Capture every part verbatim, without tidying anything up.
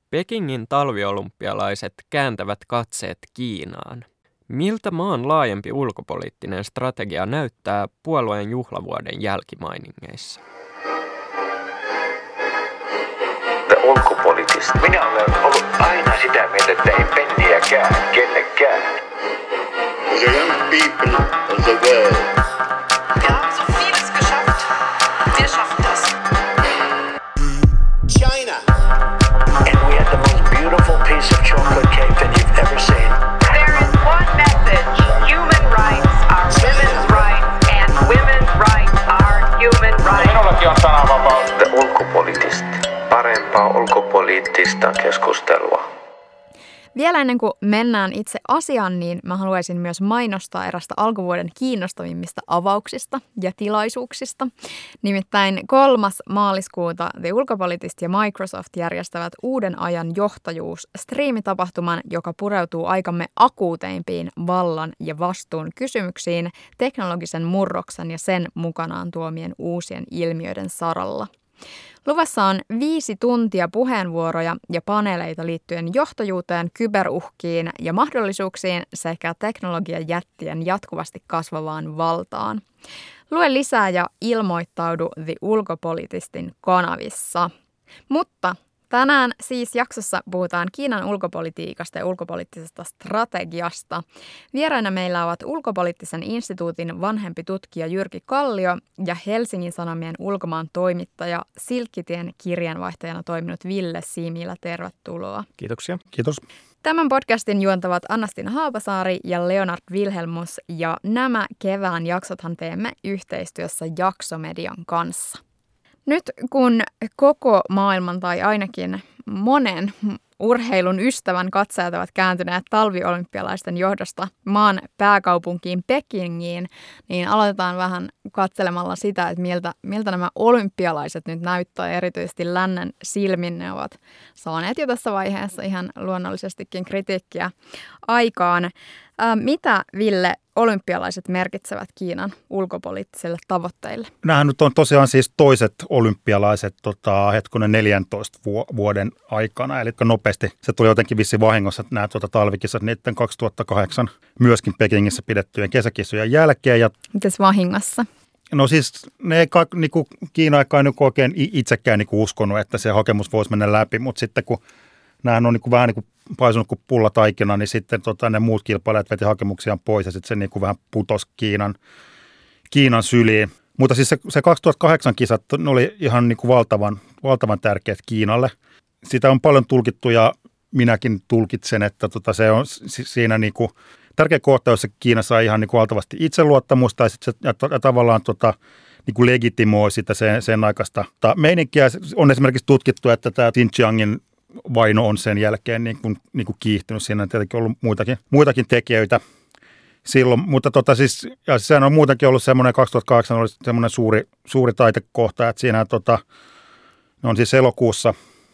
Pekingin talviolympialaiset kääntävät katseet Kiinaan. Miltä maan laajempi ulkopoliittinen strategia näyttää puolueen juhlavuoden jälkimainingeissa? Ulkopoliittista. Minä olen ollut aina sitä mieltä, että ei penniäkään kellekään. The young people of the world. Wir haben so vieles geschafft. Wir schaffen das. China. And we had the most beautiful piece of chocolate cake that you've ever seen. There is one message. Human rights are women's rights and women's rights are human rights. Minullakin on sananvapaus. Ulkopoliittista. Parempaa ulkopoliittista keskustelua. Vielä ennen kuin mennään itse asiaan, niin mä haluaisin myös mainostaa erästä alkuvuoden kiinnostavimmista avauksista ja tilaisuuksista. Nimittäin kolmas maaliskuuta The Ulkopoliittist ja Microsoft järjestävät uuden ajan johtajuus-striimitapahtuman, joka pureutuu aikamme akuuteimpiin vallan ja vastuun kysymyksiin teknologisen murroksen ja sen mukanaan tuomien uusien ilmiöiden saralla. Luvassa on viisi tuntia puheenvuoroja ja paneeleita liittyen johtajuuteen, kyberuhkiin ja mahdollisuuksiin sekä teknologian jättien jatkuvasti kasvavaan valtaan. Lue lisää ja ilmoittaudu The Ulkopolitistin kanavissa. Mutta tänään siis jaksossa puhutaan Kiinan ulkopolitiikasta ja ulkopoliittisesta strategiasta. Vieraina meillä ovat Ulkopoliittisen instituutin vanhempi tutkija Jyrki Kallio ja Helsingin Sanomien ulkomaan toimittaja Silkkitien kirjanvaihtajana toiminut Ville Similä. Tervetuloa. Kiitoksia. Kiitos. Tämän podcastin juontavat Anna-Stina Haapasaari ja Leonard Wilhelmus, ja nämä kevään jaksothan teemme yhteistyössä Jaksomedian kanssa. Nyt kun koko maailman tai ainakin monen urheilun ystävän katseet ovat kääntyneet talviolympialaisten johdosta maan pääkaupunkiin Pekingiin, niin aloitetaan vähän katselemalla sitä, että miltä, miltä nämä olympialaiset nyt näyttää. Erityisesti lännen silmin ne ovat saaneet jo tässä vaiheessa ihan luonnollisestikin kritiikkiä aikaan. Ää, mitä, Ville, olympialaiset merkitsevät Kiinan ulkopoliittisille tavoitteille? Nämähän nyt on tosiaan siis toiset olympialaiset tota, hetkonen neljäntoista vuoden aikana, eli nopeasti se tuli jotenkin vissi vahingossa, että nämä tuota, talvikisat niiden kaksituhattakahdeksan myöskin Pekingissä pidettyjen kesäkisojen jälkeen. Ja mites vahingossa? No siis ne ei niinku, Kiina ei kai niinku oikein itsekään niinku uskonut, että se hakemus voisi mennä läpi, mutta sitten kun nämähän on niinku vähän niinku paisunut kuin pullataikina, niin sitten tota, ne muut kilpailijat veti hakemuksiaan pois ja sitten se niinku vähän putosi Kiinan, Kiinan syliin. Mutta siis se, se kaksituhattakahdeksan kisat ne oli ihan niinku valtavan, valtavan tärkeät Kiinalle. Sitä on paljon tulkittu ja minäkin tulkitsen, että tota, se on siinä niinku tärkeä kohta, jossa Kiina sai ihan niinku valtavasti itseluottamusta ja, sit se, ja, ja tavallaan tota, niinku legitimoi sitä sen, sen aikaista meininkiä. On esimerkiksi tutkittu, että tämä Xinjiangin vaino on sen jälkeen niin kuin, niin kuin kiihtynyt. Siinä on tietenkin ollut muitakin, muitakin tekijöitä silloin, mutta tota siis, ja sehän on muutenkin ollut semmoinen, kaksituhattakahdeksan oli semmoinen suuri, suuri taitekohta, että siinä tota, on siis elokuussa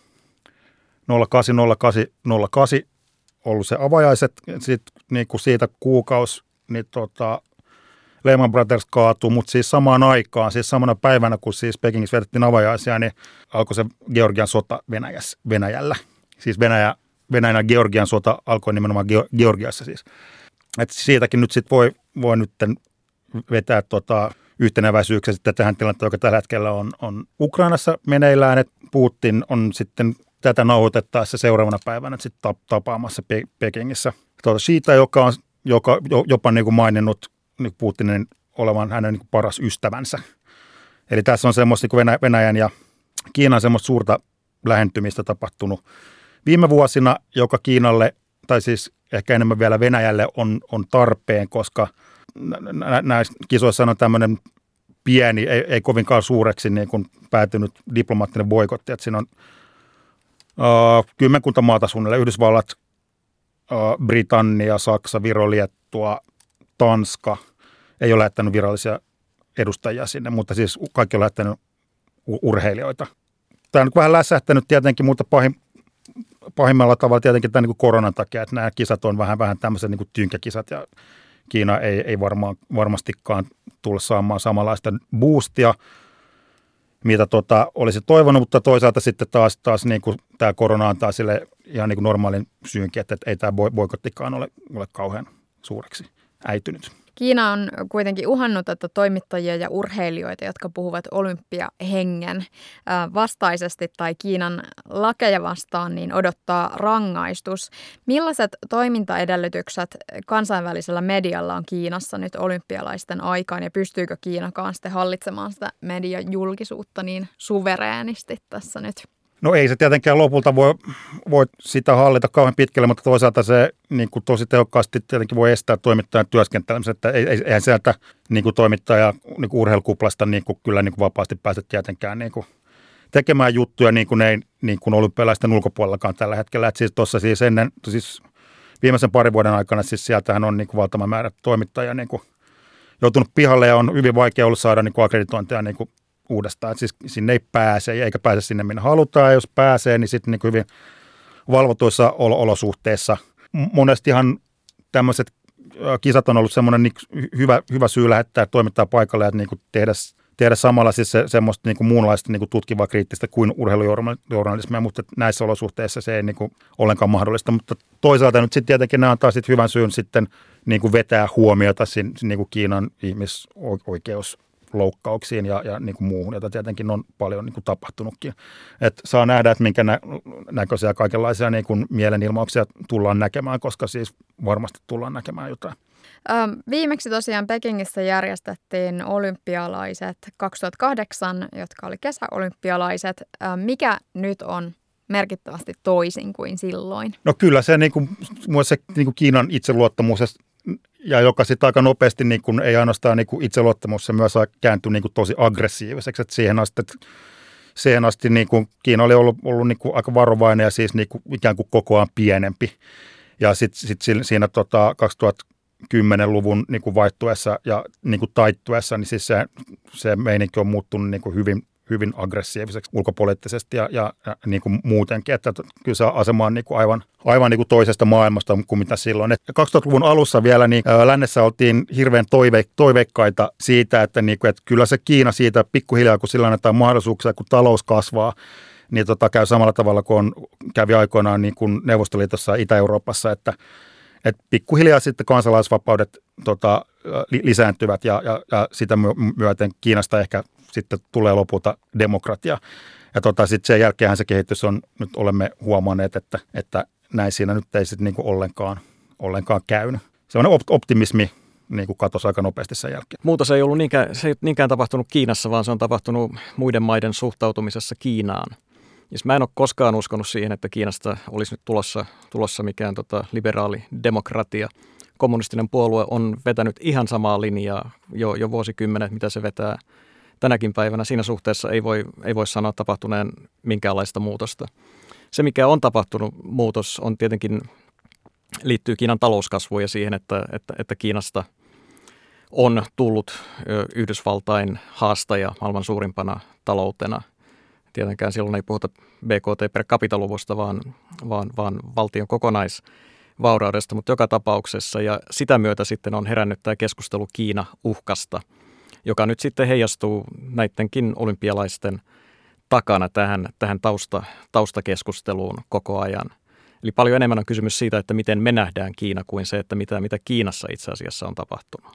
nolla kahdeksan nolla kahdeksan nolla kahdeksan ollut se avajaiset, sitten niin kuin siitä kuukausi, niin tota, Lehman Brothers kaatuu, mutta siis samaan aikaan, siis samana päivänä, kun siis Pekingissä vedettiin avajaisia, niin alkoi se Georgian sota Venäjässä, Venäjällä. Siis Venäjä, Venäjän ja Georgian sota alkoi nimenomaan Georgiassa siis. Et siitäkin nyt sitten voi, voi nyt vetää tota yhteneväisyyksiä sitten tähän tilanteeseen, joka tällä hetkellä on, on Ukrainassa meneillään, että Putin on sitten tätä nauhoitettaessa seuraavana päivänä sitten tapaamassa Pe- Pekingissä. Tuota, siitä, joka on joka, jopa niin kuin maininnut Putinin olevan hänen niin paras ystävänsä. Eli tässä on semmoista niin Venäjän ja Kiinan semmoista suurta lähentymistä tapahtunut viime vuosina, joka Kiinalle, tai siis ehkä enemmän vielä Venäjälle, on, on tarpeen, koska näissä kisoissa on tämmöinen pieni, ei, ei kovinkaan suureksi niin kuin päätynyt diplomaattinen boikotti. Että siinä on uh, kymmenkunta maata suunnilleen, Yhdysvallat, uh, Britannia, Saksa, Viro, Liettua, Tanska ei ole lähettänyt virallisia edustajia sinne, mutta siis kaikki on lähettänyt urheilijoita. Tämä on vähän lässähtänyt tietenkin, mutta pahim, pahimmalla tavalla tietenkin tämän niin kuin koronan takia, että nämä kisat on vähän, vähän tämmöiset niin kuin tynkäkisat ja Kiina ei, ei varmaan, varmastikaan tule saamaan samanlaista boostia. mitä tota, olisi toivonut, mutta toisaalta sitten taas, taas niin kuin tämä korona antaa sille ihan niin kuin normaalin syynkin, että, että ei tämä boikottikaan ole, ole kauhean suureksi äitynyt. Kiina on kuitenkin uhannut, että toimittajia ja urheilijoita, jotka puhuvat olympiahengen vastaisesti tai Kiinan lakeja vastaan, niin odottaa rangaistus. Millaiset toimintaedellytykset kansainvälisellä medialla on Kiinassa nyt olympialaisten aikaan ja pystyykö Kiinakaan sitten hallitsemaan sitä median julkisuutta niin suvereenisti tässä nyt? No ei se tietenkään lopulta voi, voi sitä hallita kauhean pitkälle, mutta toisaalta se niin kuin tosi tehokkaasti tietenkin voi estää toimittajan työskentelemisen, että eihän sieltä niin kuin toimittaja niin kuin urheilukuplasta niin kuin kyllä niin kuin vapaasti pääse tietenkään niin kuin tekemään juttuja niin kuin ei niin kuin olympialaisten ulkopuolellakaan tällä hetkellä. Että siis tuossa siis ennen, siis viimeisen parin vuoden aikana siis sieltähän on niin kuin valtava määrä toimittajia niin kuin joutunut pihalle ja on hyvin vaikea ollut saada niin kuin akkreditointia niin kuin uudestaan, että siis sinne ei pääse eikä pääse sinne minne halutaan, ja jos pääsee, niin sitten niin hyvin valvotuissa olosuhteissa. Monestihan tämmöiset kisat on ollut semmoinen niin hyvä, hyvä syy lähettää toimittaa paikalle ja niin tehdä, tehdä samalla siis se, semmoista niin muunlaista niin tutkivaa kriittistä kuin urheilujournalismia, mutta näissä olosuhteissa se ei niin ollenkaan mahdollista. Mutta toisaalta nyt sitten tietenkin ne antaa sit hyvän syyn sitten niin vetää huomiota sin, niin Kiinan ihmisoikeus loukkauksiin ja, ja niin kuin muuhun, jota tietenkin on paljon niin kuin tapahtunutkin. Et saa nähdä, että minkä nä- näköisiä kaikenlaisia niin kuin mielenilmauksia tullaan näkemään, koska siis varmasti tullaan näkemään jotain. Viimeksi tosiaan Pekingissä järjestettiin olympialaiset kaksituhattakahdeksan, jotka oli kesäolympialaiset. Mikä nyt on merkittävästi toisin kuin silloin? No kyllä se, niin kuin, se niin kuin Kiinan itseluottamus ja joka sitten aika nopeasti niin kun ei ainoastaan niin kun itseluottamus, se myös kääntyi niin kun tosi aggressiiviseksi. Että siihen asti, että siihen asti niin kun Kiina oli ollut, ollut niin kun aika varovainen ja siis niin kun ikään kuin kokoaan pienempi. Ja sitten sit siinä tota kaksituhattakymmenluvun niin kun vaihtuessa ja niin kun taittuessa, niin siis se, se meininki on muuttunut niin kun hyvin, hyvin aggressiiviseksi ulkopoliittisesti ja, ja, ja niin kuin muutenkin, että kyllä se asema on niin kuin aivan, aivan niin kuin toisesta maailmasta kuin mitä silloin. Et kaksituhattaluvun alussa vielä niin ää, lännessä oltiin hirveän toive, toiveikkaita siitä, että, niin kuin, että kyllä se Kiina siitä pikkuhiljaa, kun sillä annetaan mahdollisuuksia, kun talous kasvaa, niin tota, käy samalla tavalla kuin on, kävi aikoinaan niin kuin Neuvostoliitossa ja Itä-Euroopassa, että, että pikkuhiljaa sitten kansalaisvapaudet tota, lisääntyvät ja, ja, ja sitä myöten Kiinasta ehkä sitten tulee lopulta demokratia. Ja tota, sitten sen jälkeenhän se kehitys on, nyt olemme huomanneet, että, että näin siinä nyt ei sitten niinku ollenkaan, ollenkaan käynyt. Se on optimismi niin kuin katosi aika nopeasti sen jälkeen. Muutos ei ollut niinkään, se ei niinkään tapahtunut Kiinassa, vaan se on tapahtunut muiden maiden suhtautumisessa Kiinaan. Ja mä en ole koskaan uskonut siihen, että Kiinasta olisi nyt tulossa, tulossa mikään tota, liberaali demokratia. Kommunistinen puolue on vetänyt ihan samaa linjaa jo, jo vuosikymmenet, mitä se vetää tänäkin päivänä. Siinä suhteessa ei voi, ei voi sanoa tapahtuneen minkäänlaista muutosta. Se, mikä on tapahtunut muutos, on tietenkin liittyy Kiinan talouskasvuun ja siihen, että, että, että Kiinasta on tullut Yhdysvaltain haastaja maailman suurimpana taloutena. Tietenkään silloin ei puhuta B K T per capita-luvusta, vaan, vaan, vaan valtion kokonaisvauraudesta, mutta joka tapauksessa. Ja sitä myötä sitten on herännyt tämä keskustelu Kiina-uhkasta, joka nyt sitten heijastuu näidenkin olympialaisten takana tähän, tähän tausta, taustakeskusteluun koko ajan. Eli paljon enemmän on kysymys siitä, että miten me nähdään Kiina kuin se, että mitä, mitä Kiinassa itse asiassa on tapahtunut.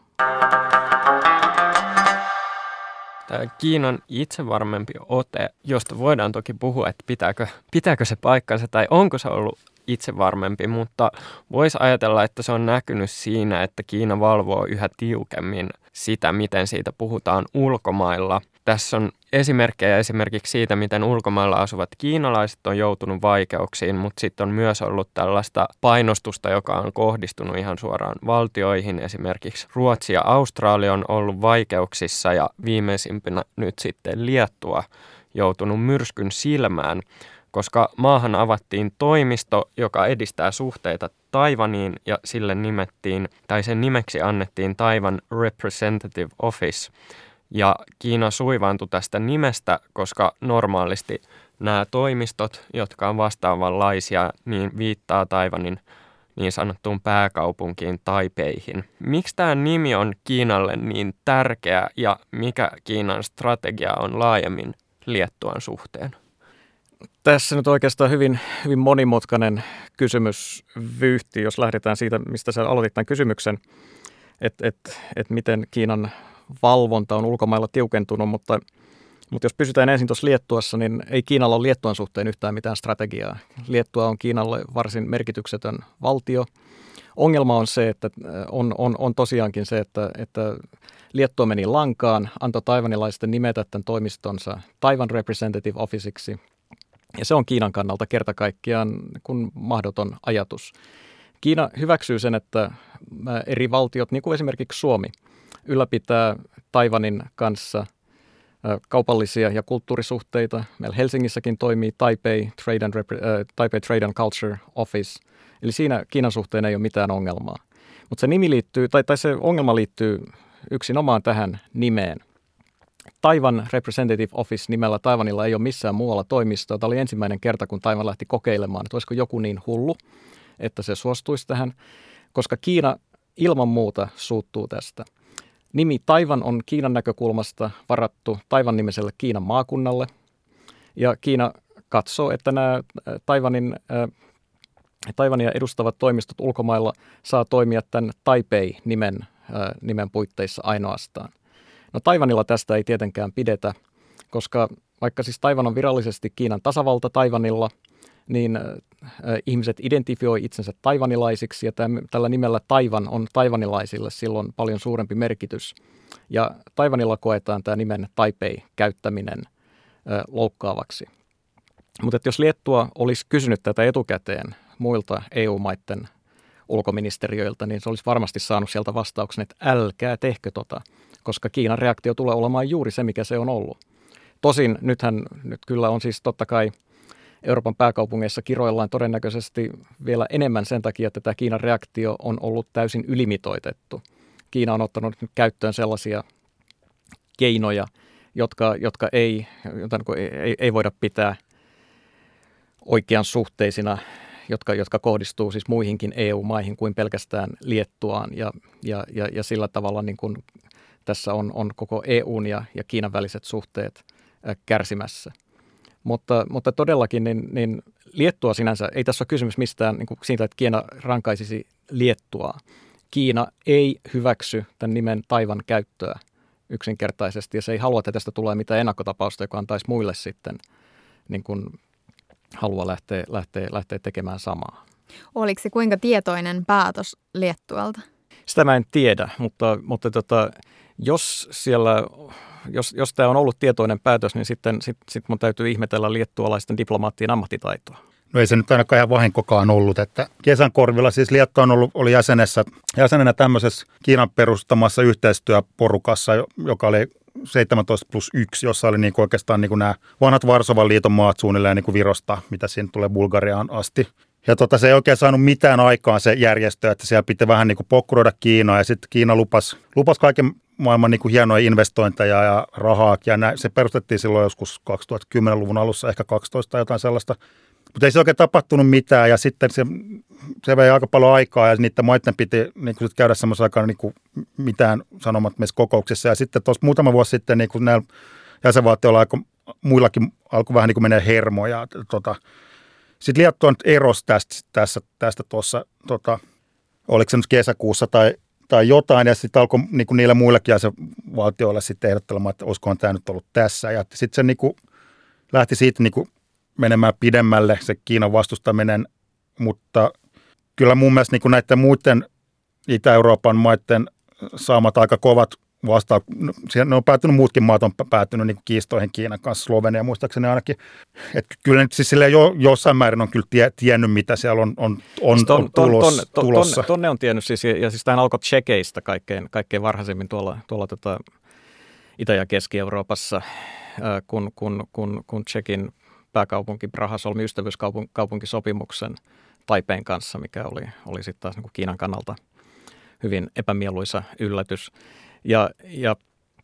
Tämä Kiinan itsevarmempi ote, josta voidaan toki puhua, että pitääkö, pitääkö se paikkansa tai onko se ollut itsevarmempi, mutta voisi ajatella, että se on näkynyt siinä, että Kiina valvoo yhä tiukemmin sitä, miten siitä puhutaan ulkomailla. Tässä on esimerkkejä esimerkiksi siitä, miten ulkomailla asuvat kiinalaiset on joutunut vaikeuksiin, mutta sitten on myös ollut tällaista painostusta, joka on kohdistunut ihan suoraan valtioihin. Esimerkiksi Ruotsi ja Australia on ollut vaikeuksissa ja viimeisimpänä nyt sitten Liettua joutunut myrskyn silmään, koska maahan avattiin toimisto, joka edistää suhteita Taiwaniin ja sille nimettiin, tai sen nimeksi annettiin Taiwan Representative Office. Ja Kiina suivaantui tästä nimestä, koska normaalisti nämä toimistot, jotka on vastaavanlaisia, niin viittaa Taiwanin niin sanottuun pääkaupunkiin Taipeihin. Miksi tämä nimi on Kiinalle niin tärkeä ja mikä Kiinan strategia on laajemmin Liettuan suhteen? Tässä nyt oikeastaan hyvin, hyvin monimutkainen kysymysvyyhti, jos lähdetään siitä, mistä sä aloitit tämän kysymyksen, että et, et miten Kiinan valvonta on ulkomailla tiukentunut, mutta, mutta jos pysytään ensin tuossa Liettuassa, niin ei Kiinalla ole Liettuan suhteen yhtään mitään strategiaa. Liettua on Kiinalle varsin merkityksetön valtio. Ongelma on se, että on, on, on tosiaankin se, että, että Liettua meni lankaan, antoi taivanilaisten nimetä tämän toimistonsa Taiwan Representative Officeiksi. Ja se on Kiinan kannalta kerta kaikkiaan kun mahdoton ajatus. Kiina hyväksyy sen, että eri valtiot, niin kuin esimerkiksi Suomi, ylläpitää Taiwanin kanssa kaupallisia ja kulttuurisuhteita. Meillä Helsingissäkin toimii Taipei Trade and, Repre- äh, Taipei Trade and Culture Office. Eli siinä Kiinan suhteen ei ole mitään ongelmaa. Mutta se nimi liittyy, tai, tai se ongelma liittyy yksinomaan tähän nimeen. Taiwan Representative Office nimellä Taiwanilla ei ole missään muualla toimistoa. Tämä oli ensimmäinen kerta, kun Taiwan lähti kokeilemaan, että olisiko joku niin hullu, että se suostuisi tähän, koska Kiina ilman muuta suuttuu tästä. Nimi Taiwan on Kiinan näkökulmasta varattu Taiwan-nimiselle Kiinan maakunnalle, ja Kiina katsoo, että nämä Taiwanin, äh, Taiwania edustavat toimistot ulkomailla saa toimia tämän Taipei-nimen äh, nimen puitteissa ainoastaan. No Taiwanilla tästä ei tietenkään pidetä, koska vaikka siis Taiwan on virallisesti Kiinan tasavalta Taiwanilla, niin äh, ihmiset identifioi itsensä taivanilaisiksi, ja täm, tällä nimellä Taiwan on taivanilaisille silloin paljon suurempi merkitys. Ja Taiwanilla koetaan tämä nimen Taipei käyttäminen äh, loukkaavaksi. Mutta jos Liettua olisi kysynyt tätä etukäteen muilta E U-maiden ulkoministeriöiltä, niin se olisi varmasti saanut sieltä vastauksen, että älkää tehkö tota, koska Kiinan reaktio tulee olemaan juuri se, mikä se on ollut. Tosin nythän nyt kyllä on siis totta kai Euroopan pääkaupungeissa kiroillaan todennäköisesti vielä enemmän sen takia, että tämä Kiinan reaktio on ollut täysin ylimitoitettu. Kiina on ottanut nyt käyttöön sellaisia keinoja, jotka, jotka ei, jota ei, ei voida pitää oikean suhteisina, jotka, jotka kohdistuu siis muihinkin E U-maihin kuin pelkästään Liettuaan, ja, ja, ja, ja sillä tavalla niin kuin tässä on, on koko E U:n ja, ja Kiinan väliset suhteet äh, kärsimässä. Mutta, mutta todellakin niin, niin Liettua sinänsä, ei tässä ole kysymys mistään niin kuin siitä, että Kiina rankaisisi Liettuaa. Kiina ei hyväksy tämän nimen Taiwan käyttöä yksinkertaisesti, ja se ei halua, että tästä tulee mitään ennakkotapausta, joka antaisi muille sitten niin kuin halua lähteä, lähteä, lähteä tekemään samaa. Oliko se kuinka tietoinen päätös Liettualta? Sitä mä en tiedä, mutta, mutta tota, jos siellä, jos, jos tämä on ollut tietoinen päätös, niin sitten sit, sit mun täytyy ihmetellä liettualaisten diplomaattien ammattitaitoa. No ei se nyt ainakaan ihan vahinkokaan ollut, että kesän korvilla siis Liettua on ollut, oli jäsenessä, jäsenenä tämmöisessä Kiinan perustamassa yhteistyöporukassa, joka oli seitsemäntoista plus yksi, jossa oli niin kuin oikeastaan niin kuin nämä vanhat Varsovan liiton maat suunnilleen niin kuin Virosta, mitä siinä tulee Bulgariaan asti. Ja tota, se ei oikein saanut mitään aikaan se järjestö, että siellä piti vähän niin kuin pokkuroida Kiinaa, ja sitten Kiina lupasi, lupasi kaiken maailman niin kuin hienoja investointeja ja rahaa, ja nä, se perustettiin silloin joskus kaksituhattakymmenluvun alussa, ehkä kaksitoista tai jotain sellaista. Mutta ei se oikein tapahtunut mitään, ja sitten se, se vei aika paljon aikaa, ja niiden maiden piti niin kuin käydä semmoisen aikaan niin kuin mitään sanomattomissa kokouksissa. Ja sitten tuossa muutama vuosi sitten niin kuin näillä jäsenvaltioilla aika, muillakin alkoi vähän niin kuin menee hermoja. Tota. Sitten Liettua nyt erosi tästä, tässä, tästä tuossa, tota, oliko se nyt kesäkuussa tai, tai jotain, ja sitten alkoi niin kuin niille muillekin jäsenvaltioille sitten ehdottelemaan, että olisikohan tämä nyt ollut tässä. Ja sitten se niin kuin lähti siitä niin kuin menemään pidemmälle se Kiinan vastustaminen, mutta kyllä mun mielestä niin kuin näiden muiden Itä-Euroopan maiden saamat aika kovat vastaan, ne on päätynyt, muutkin maat on päätynyt niin kuin kiistoihin Kiinan kanssa, Slovenia muistaakseni ainakin, että kyllä nyt siis jo, jossain määrin on kyllä tie, tiennyt, mitä siellä on, on, on, ton, on tulos, ton, ton, tulossa. Tonne, tonne on tiennyt siis, ja, ja siis tämähän alkoi tsekeistä kaikkein, kaikkein varhaisemmin tuolla, tuolla tota Itä- ja Keski-Euroopassa, kun, kun, kun, kun Tšekin pääkaupunki Praha solmi ystävyyskaupunkisopimuksen Taipeen kanssa, mikä oli, oli sitten taas niin kuin Kiinan kannalta hyvin epämieluisa yllätys. Ja, ja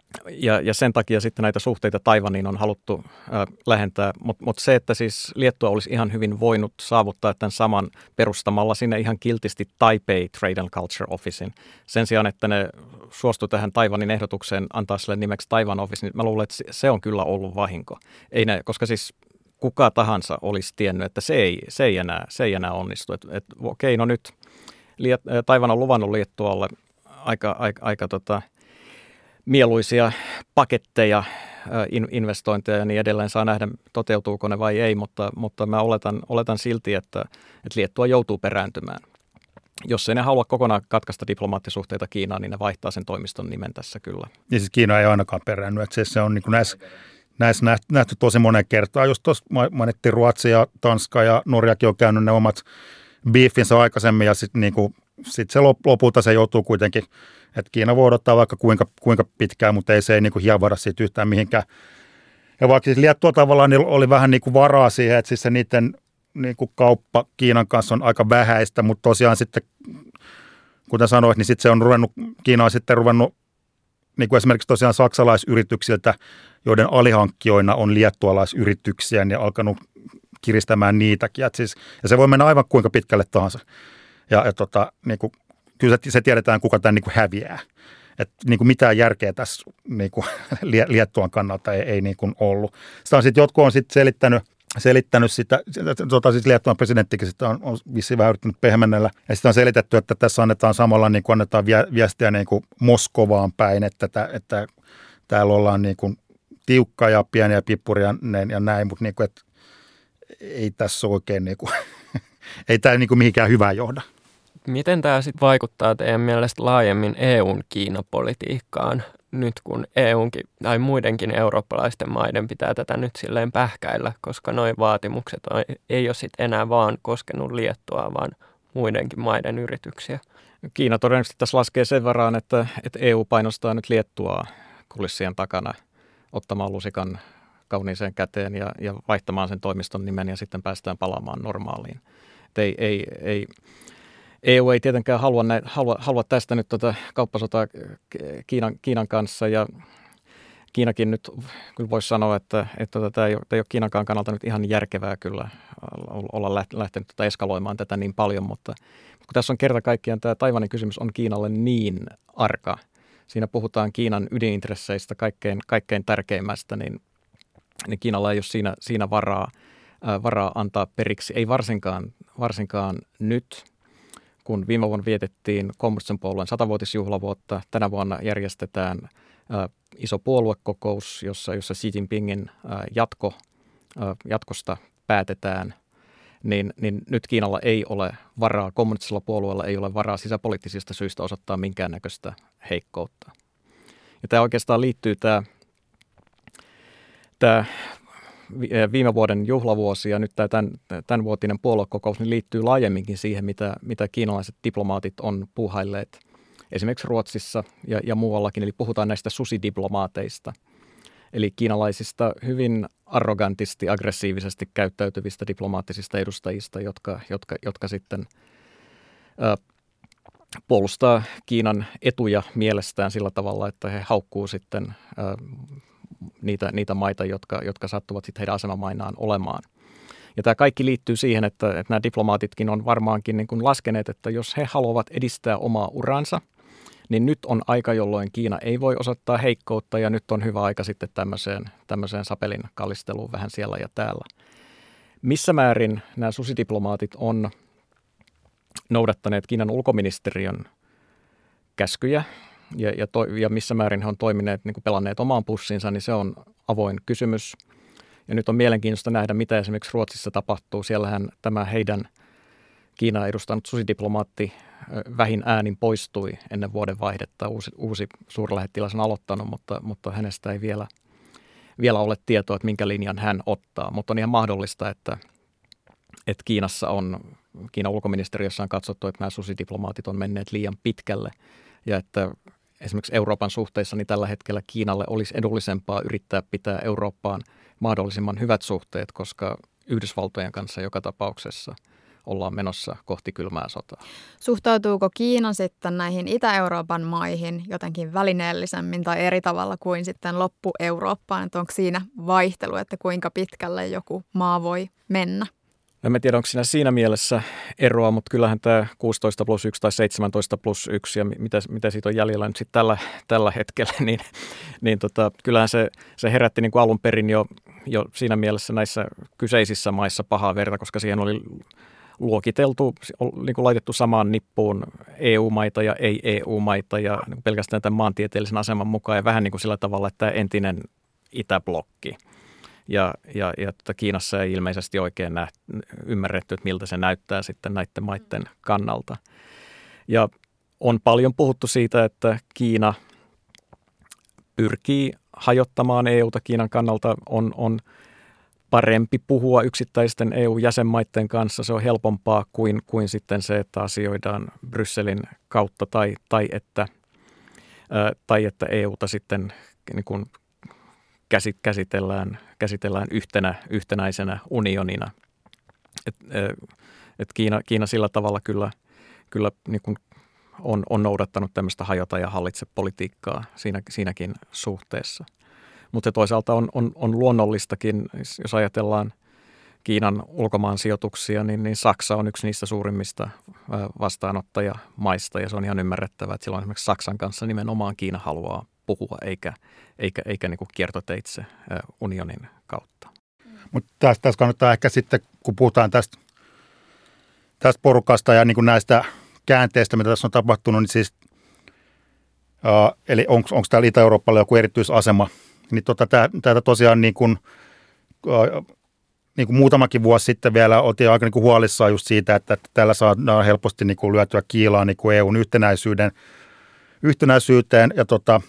Ja, ja sen takia sitten näitä suhteita Taiwaniin on haluttu äh, lähentää, mutta mut se, että siis Liettua olisi ihan hyvin voinut saavuttaa tämän saman perustamalla sinne ihan kiltisti Taipei Trade and Culture Officein. Sen sijaan, että ne suostu tähän Taiwanin ehdotukseen antaa sille nimeksi Taiwan Office, niin mä luulen, että se on kyllä ollut vahinko. Ei ne, koska siis kuka tahansa olisi tiennyt, että se ei, se ei, enää, se ei enää onnistu. Et, et, okei, no nyt Liet, Taiwan on luvannut Liettualle aika, aika, aika tota, mieluisia paketteja, investointeja ja niin edelleen. Saa nähdä, toteutuuko ne vai ei, mutta, mutta mä oletan, oletan silti, että, että Liettua joutuu perääntymään. Jos ei ne halua kokonaan katkaista diplomaattisuhteita Kiinaan, niin ne vaihtaa sen toimiston nimen tässä kyllä. Ja siis Kiina ei ainakaan peräänny. Että se on niin kuin näissä, näissä nähty, nähty tosi monen kertaa. Just tuossa mainittiin Ruotsi ja Tanska ja Norjakin on käynyt ne omat beefinsä aikaisemmin ja sitten niin kuin, sit se lopulta se joutuu kuitenkin, että Kiina voi odottaa vaikka kuinka, kuinka pitkään, mutta ei se ei niin kuin hiavada siitä yhtään mihinkään. Ja vaikka siis Liettua tavallaan niin oli vähän niin kuin varaa siihen, että siis se niiden niin kuin kauppa Kiinan kanssa on aika vähäistä, mutta tosiaan sitten, kuten sanoit, niin sitten se on ruvennut, Kiina on sitten ruvennut niin kuin esimerkiksi tosiaan saksalaisyrityksiltä, joiden alihankkijoina on liettualaisyrityksiä, niin alkanut kiristämään niitäkin. Et siis, ja se voi mennä aivan kuinka pitkälle tahansa. Ja, ja tota, niin kuin, kyllä se, se tiedetään, kuka tämän niin kuin häviää. Et, niin kuin mitään järkeä tässä niin kuin, Liettuan kannalta ei, ei niin kuin ollut. Sitä on sitten, jotkut on sitten selittänyt, selittänyt sitä, tota, siis Liettuan presidenttikin sitä on, on vissiin vähän yrittänyt pehmennellä. Ja sitten on selitetty, että tässä annetaan samalla niin kuin annetaan viestiä niin kuin Moskovaan päin, että, että, että täällä ollaan niin kuin tiukka ja pieniä pippuria ja näin, mutta niin kuin, että ei tässä oikein, niin kuin, ei tämä niin kuin mihinkään hyvää johda. Miten tämä sitten vaikuttaa teidän mielestä laajemmin E U:n Kiina-politiikkaan, nyt kun E U:nkin tai muidenkin eurooppalaisten maiden pitää tätä nyt silleen pähkäillä, koska nuo vaatimukset on, ei ole sitten enää vaan koskenut Liettua, vaan muidenkin maiden yrityksiä? Kiina todennäköisesti tässä laskee sen varaan, että, että E U painostaa nyt Liettuaa kulissien takana ottamaan lusikan kauniiseen käteen ja, ja vaihtamaan sen toimiston nimen ja sitten päästään palaamaan normaaliin. Ei, ei, ei, E U ei tietenkään halua, näin, halua, halua tästä nyt tota kauppasotaa Kiinan, Kiinan kanssa ja Kiinakin nyt kyllä voisi sanoa, että, että tota, tämä, ei ole, tämä ei ole Kiinankaan kannalta nyt ihan järkevää kyllä olla lähtenyt tota eskaloimaan tätä niin paljon, mutta kun tässä on kerta kaikkiaan tämä Taiwanin kysymys on Kiinalle niin arka. Siinä puhutaan Kiinan ydinintresseistä kaikkein, kaikkein tärkeimmästä, niin niin Kiinalla ei ole siinä, siinä varaa, ää, varaa antaa periksi, ei varsinkaan, varsinkaan nyt, kun viime vuonna vietettiin kommunistisen puolueen satavuotisjuhlavuotta. Tänä vuonna järjestetään ää, iso puoluekokous, jossa, jossa Xi Jinpingin ää, jatko, ää, jatkosta päätetään, niin, niin nyt Kiinalla ei ole varaa, kommunistisella puolueella ei ole varaa sisäpoliittisista syistä osoittaa minkäännäköistä heikkoutta. Ja tämä oikeastaan liittyy tämä Tämä viime vuoden juhlavuosi ja nyt tämä tämän, tämänvuotinen puoluekokous niin liittyy laajemminkin siihen, mitä, mitä kiinalaiset diplomaatit on puuhailleet esimerkiksi Ruotsissa ja, ja muuallakin. Eli puhutaan näistä susidiplomaateista, eli kiinalaisista hyvin arrogantisti, aggressiivisesti käyttäytyvistä diplomaattisista edustajista, jotka, jotka, jotka sitten ä, puolustaa Kiinan etuja mielestään sillä tavalla, että he haukkuu sitten ä, Niitä, niitä maita, jotka, jotka sattuvat sitten heidän asemamainaan olemaan. Ja tämä kaikki liittyy siihen, että, että nämä diplomaatitkin on varmaankin niin kuin laskeneet, että jos he haluavat edistää omaa uransa, niin nyt on aika, jolloin Kiina ei voi osoittaa heikkoutta ja nyt on hyvä aika sitten tämmöiseen, tämmöiseen sapelin kallisteluun vähän siellä ja täällä. Missä määrin nämä susidiplomaatit on noudattaneet Kiinan ulkoministeriön käskyjä, Ja, ja, to, ja missä määrin he on toimineet, niin kuin pelanneet omaan pussinsa, niin se on avoin kysymys. Ja nyt on mielenkiintoista nähdä, mitä esimerkiksi Ruotsissa tapahtuu. Siellähän tämä heidän Kiinaa edustanut susidiplomaatti vähin äänin poistui ennen vuoden vaihdetta. Uusi, uusi suurlähettiläs on aloittanut, mutta, mutta hänestä ei vielä, vielä ole tietoa, että minkä linjan hän ottaa. Mutta on ihan mahdollista, että, että Kiinassa on, Kiinan ulkoministeriössä on katsottu, että nämä susidiplomaatit on menneet liian pitkälle. Ja että esimerkiksi Euroopan suhteissa niin tällä hetkellä Kiinalle olisi edullisempaa yrittää pitää Eurooppaan mahdollisimman hyvät suhteet, koska Yhdysvaltojen kanssa joka tapauksessa ollaan menossa kohti kylmää sotaa. Suhtautuuko Kiina sitten näihin Itä-Euroopan maihin jotenkin välineellisemmin tai eri tavalla kuin sitten loppu-Eurooppaan? Että onko siinä vaihtelu, että kuinka pitkälle joku maa voi mennä? En mä tiedä, onko siinä siinä mielessä eroa, mutta kyllähän tämä kuusitoista plus yksi tai seitsemäntoista plus yksi ja mitä, mitä siitä on jäljellä nyt sitten tällä, tällä hetkellä, niin, niin tota, kyllähän se, se herätti niin kuin alun perin jo, jo siinä mielessä näissä kyseisissä maissa pahaa verta, koska siihen oli luokiteltu, niin kuin laitettu samaan nippuun E U-maita ja ei-E U-maita ja niin pelkästään tämän maantieteellisen aseman mukaan ja vähän niin kuin sillä tavalla, että tämä entinen itäblokki. Ja, ja, ja tota Kiinassa ei ilmeisesti oikein näht, ymmärretty, että miltä se näyttää sitten näiden maiden kannalta. Ja on paljon puhuttu siitä, että Kiina pyrkii hajottamaan E U:ta Kiinan kannalta. On, on parempi puhua yksittäisten E U-jäsenmaiden kanssa. Se on helpompaa kuin, kuin sitten se, että asioidaan Brysselin kautta tai, tai, että, ää, tai että E U:ta sitten niin kuin käsitellään, käsitellään yhtenä, yhtenäisenä unionina. Et, et Kiina, Kiina sillä tavalla kyllä, kyllä niin kuin on, on noudattanut tämmöistä hajota ja hallitse politiikkaa siinä, siinäkin suhteessa. Mutta toisaalta on, on, on luonnollistakin, jos ajatellaan Kiinan ulkomaan sijoituksia, niin, niin Saksa on yksi niistä suurimmista vastaanottajamaista ja se on ihan ymmärrettävää, että silloin esimerkiksi Saksan kanssa nimenomaan Kiina haluaa puhua eikä, eikä, eikä niin kuin kiertoteitse unionin kautta. Mutta tässä, tässä kannattaa ehkä sitten, kun puhutaan tästä, tästä porukasta ja niin kuin näistä käänteistä, mitä tässä on tapahtunut, niin siis, uh, eli onko täällä Itä-Euroopalla joku erityisasema, niin tota, tätä tosiaan niin kuin, uh, niin kuin muutamakin vuosi sitten vielä oltiin aika niin kuin huolissaan just siitä, että, että täällä saadaan helposti niin kuin lyötyä kiilaa niin kuin E U:n yhtenäisyyden, yhtenäisyyteen, ja tota,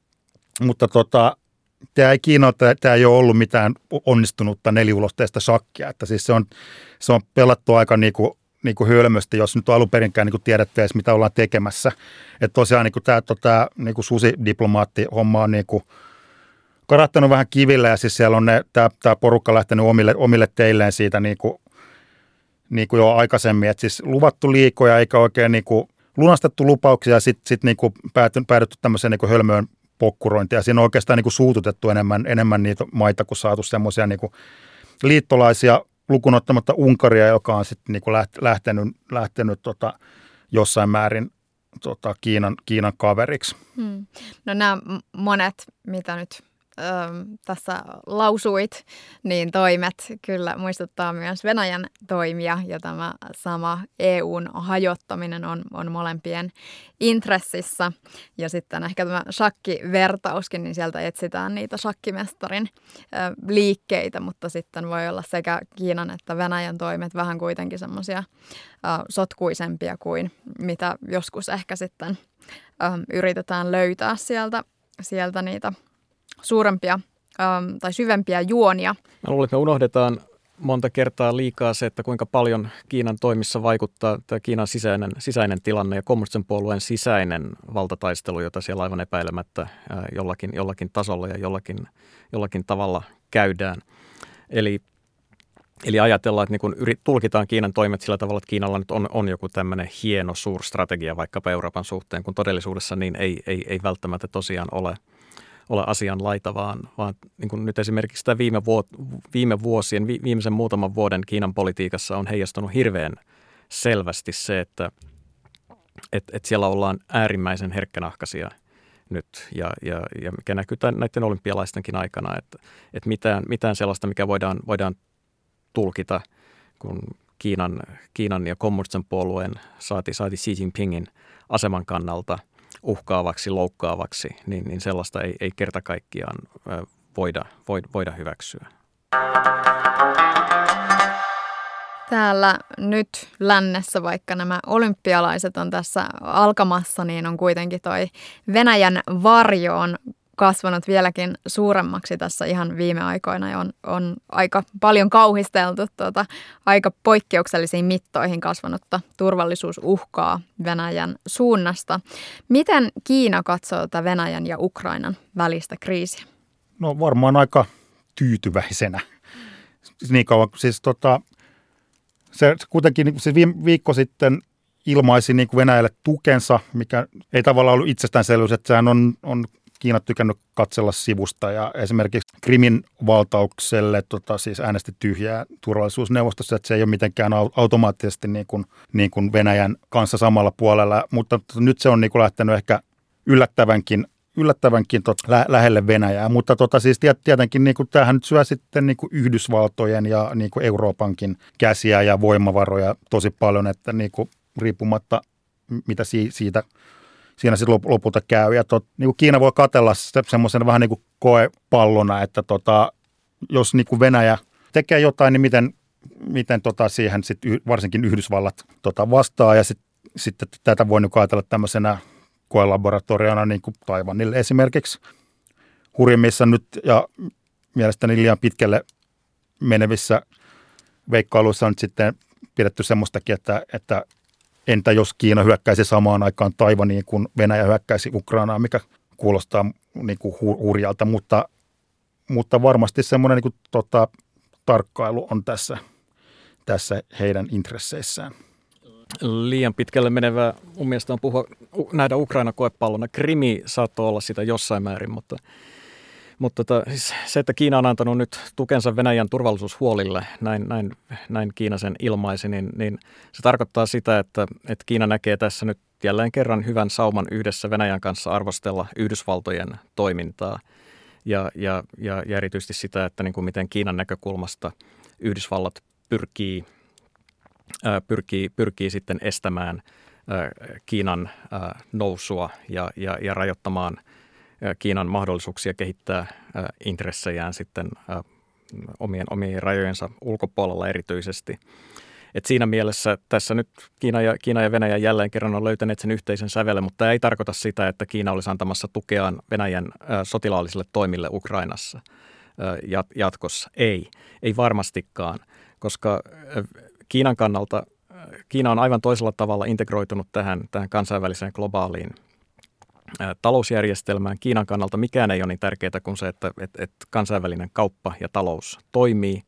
mutta tota, tämä ei Kiina, tämä ei ole ollut mitään onnistunutta neliulotteista shakkia, että siis se on, se on pelattu aika niin kuin, niin kuin hölmösti, jos nyt alun perinkään niin kuin tiedätte edes, mitä ollaan tekemässä. Että tosiaan niin kuin tämä tota, niin kuin susidiplomaatti-homma on niin kuin karattanut vähän kivillä ja siis siellä on ne, tämä, tämä porukka lähtenyt omille, omille teilleen siitä niin kuin, niin kuin jo aikaisemmin, että siis luvattu liikoja eikä oikein niin kuin lunastettu lupauksia ja sitten sit niin kuin päädytty tämmöiseen niin kuin hölmöön pokkurointia. Siinä on oikeastaan niin kuin suututettu enemmän, enemmän niitä maita, kuin saatu semmoisia niin kuin liittolaisia lukuun ottamatta Unkaria, joka on sitten niin kuin lähtenyt, lähtenyt tota, jossain määrin tota, Kiinan, Kiinan kaveriksi. Hmm. No nämä monet, mitä nyt ö, tässä lausuit, niin toimet kyllä muistuttaa myös Venäjän toimia ja tämä sama E U:n hajottaminen on, on molempien intressissä. Ja sitten ehkä tämä shakkivertauskin, niin sieltä etsitään niitä shakkimestarin ö, liikkeitä, mutta sitten voi olla sekä Kiinan että Venäjän toimet vähän kuitenkin semmoisia sotkuisempia kuin mitä joskus ehkä sitten ö, yritetään löytää sieltä, sieltä niitä suurempia äm, tai syvempiä juonia. Mä luulen, että me unohdetaan monta kertaa liikaa se, että kuinka paljon Kiinan toimissa vaikuttaa tämä Kiinan sisäinen, sisäinen tilanne ja kommunistisen puolueen sisäinen valtataistelu, jota siellä aivan epäilemättä ää, jollakin, jollakin tasolla ja jollakin, jollakin tavalla käydään. Eli, eli ajatellaan, että niin kun yrit, tulkitaan Kiinan toimet sillä tavalla, että Kiinalla nyt on, on joku tämmöinen hieno suurstrategia vaikkapa Euroopan suhteen, kun todellisuudessa niin ei, ei, ei välttämättä tosiaan ole. ole asian laita, vaan, vaan niin kuin nyt esimerkiksi tämä viime, vuot, viime vuosien, vi, viimeisen muutaman vuoden Kiinan politiikassa on heijastunut hirveän selvästi se, että et, et siellä ollaan äärimmäisen herkkänahkaisia nyt ja, ja, ja mikä näkyy tämän, näiden olympialaistenkin aikana, että et mitään, mitään sellaista, mikä voidaan, voidaan tulkita, kun Kiinan, Kiinan ja kommunistisen puolueen saati, saati Xi Jinpingin aseman kannalta uhkaavaksi, loukkaavaksi, niin, niin sellaista ei, ei kerta kaikkiaan voida, voida hyväksyä. Täällä nyt lännessä, vaikka nämä olympialaiset on tässä alkamassa, niin on kuitenkin toi Venäjän varjo on kasvanut vieläkin suuremmaksi tässä ihan viime aikoina ja on, on aika paljon kauhisteltu tuota, aika poikkeuksellisiin mittoihin kasvanutta turvallisuusuhkaa Venäjän suunnasta. Miten Kiina katsoo tätä Venäjän ja Ukrainan välistä kriisiä? No varmaan aika tyytyväisenä. Niin kauan, siis tota, se kuitenkin se viime viikko sitten ilmaisi niin kuin Venäjälle tukensa, mikä ei tavallaan ollut itsestäänselvyys, että sehän on, on Kiina tykännyt katsella sivusta ja esimerkiksi Krimin valtaukselle tota, siis äänesti tyhjää turvallisuusneuvostossa, että se ei ole mitenkään automaattisesti niin kuin, niin kuin Venäjän kanssa samalla puolella, mutta nyt se on niin kuin lähtenyt ehkä yllättävänkin yllättävänkin tot, lä- lähelle Venäjää, mutta tota, siis tietenkin niin kuin, tämähän nyt syö sitten niin kuin Yhdysvaltojen ja niin kuin Euroopankin käsiä ja voimavaroja tosi paljon, että niin kuin, riippumatta mitä si- siitä siinä sitten lopulta käy. Ja tot, niin kuin Kiina voi katsella se, semmoisen vähän niin kuin koepallona, että tota, jos niin kuin Venäjä tekee jotain, niin miten, miten tota siihen sit varsinkin Yhdysvallat tota vastaa. Ja sitten sit, tätä voi niin kuin ajatella tämmöisenä koelaboratoriona niin kuin Taiwanille esimerkiksi. Hurjimmissa nyt ja mielestäni liian pitkälle menevissä veikkailuissa on nyt sitten pidetty semmoistakin, että, että entä jos Kiina hyökkäisi samaan aikaan Taiwaniin, kun Venäjä hyökkäisi Ukrainaan, mikä kuulostaa niin kuin hurjalta, mutta, mutta varmasti semmoinen niin kuin, tota, tarkkailu on tässä, tässä heidän intresseissään. Liian pitkälle menevää mun mielestä on puhua nähdä Ukraina-koepallona. Krimi saattoi olla sitä jossain määrin, mutta, mutta tota, siis se, että Kiina on antanut nyt tukensa Venäjän turvallisuushuolille, näin, näin, näin Kiina sen ilmaisi, niin, niin se tarkoittaa sitä, että, että Kiina näkee tässä nyt jälleen kerran hyvän sauman yhdessä Venäjän kanssa arvostella Yhdysvaltojen toimintaa ja, ja, ja, ja erityisesti sitä, että niin kuin miten Kiinan näkökulmasta Yhdysvallat pyrkii Pyrkii, pyrkii sitten estämään Kiinan nousua ja, ja, ja rajoittamaan Kiinan mahdollisuuksia kehittää intressejään sitten omien, omien rajojensa ulkopuolella erityisesti. Et siinä mielessä tässä nyt Kiina ja, Kiina ja Venäjä jälleen kerran on löytäneet sen yhteisen sävelen, mutta tämä ei tarkoita sitä, että Kiina olisi antamassa tukeaan Venäjän sotilaallisille toimille Ukrainassa jatkossa. Ei, ei varmastikaan, koska Kiinan kannalta, Kiina on aivan toisella tavalla integroitunut tähän, tähän kansainväliseen globaaliin ä, talousjärjestelmään. Kiinan kannalta mikään ei ole niin tärkeää kuin se, että et, et kansainvälinen kauppa ja talous toimii.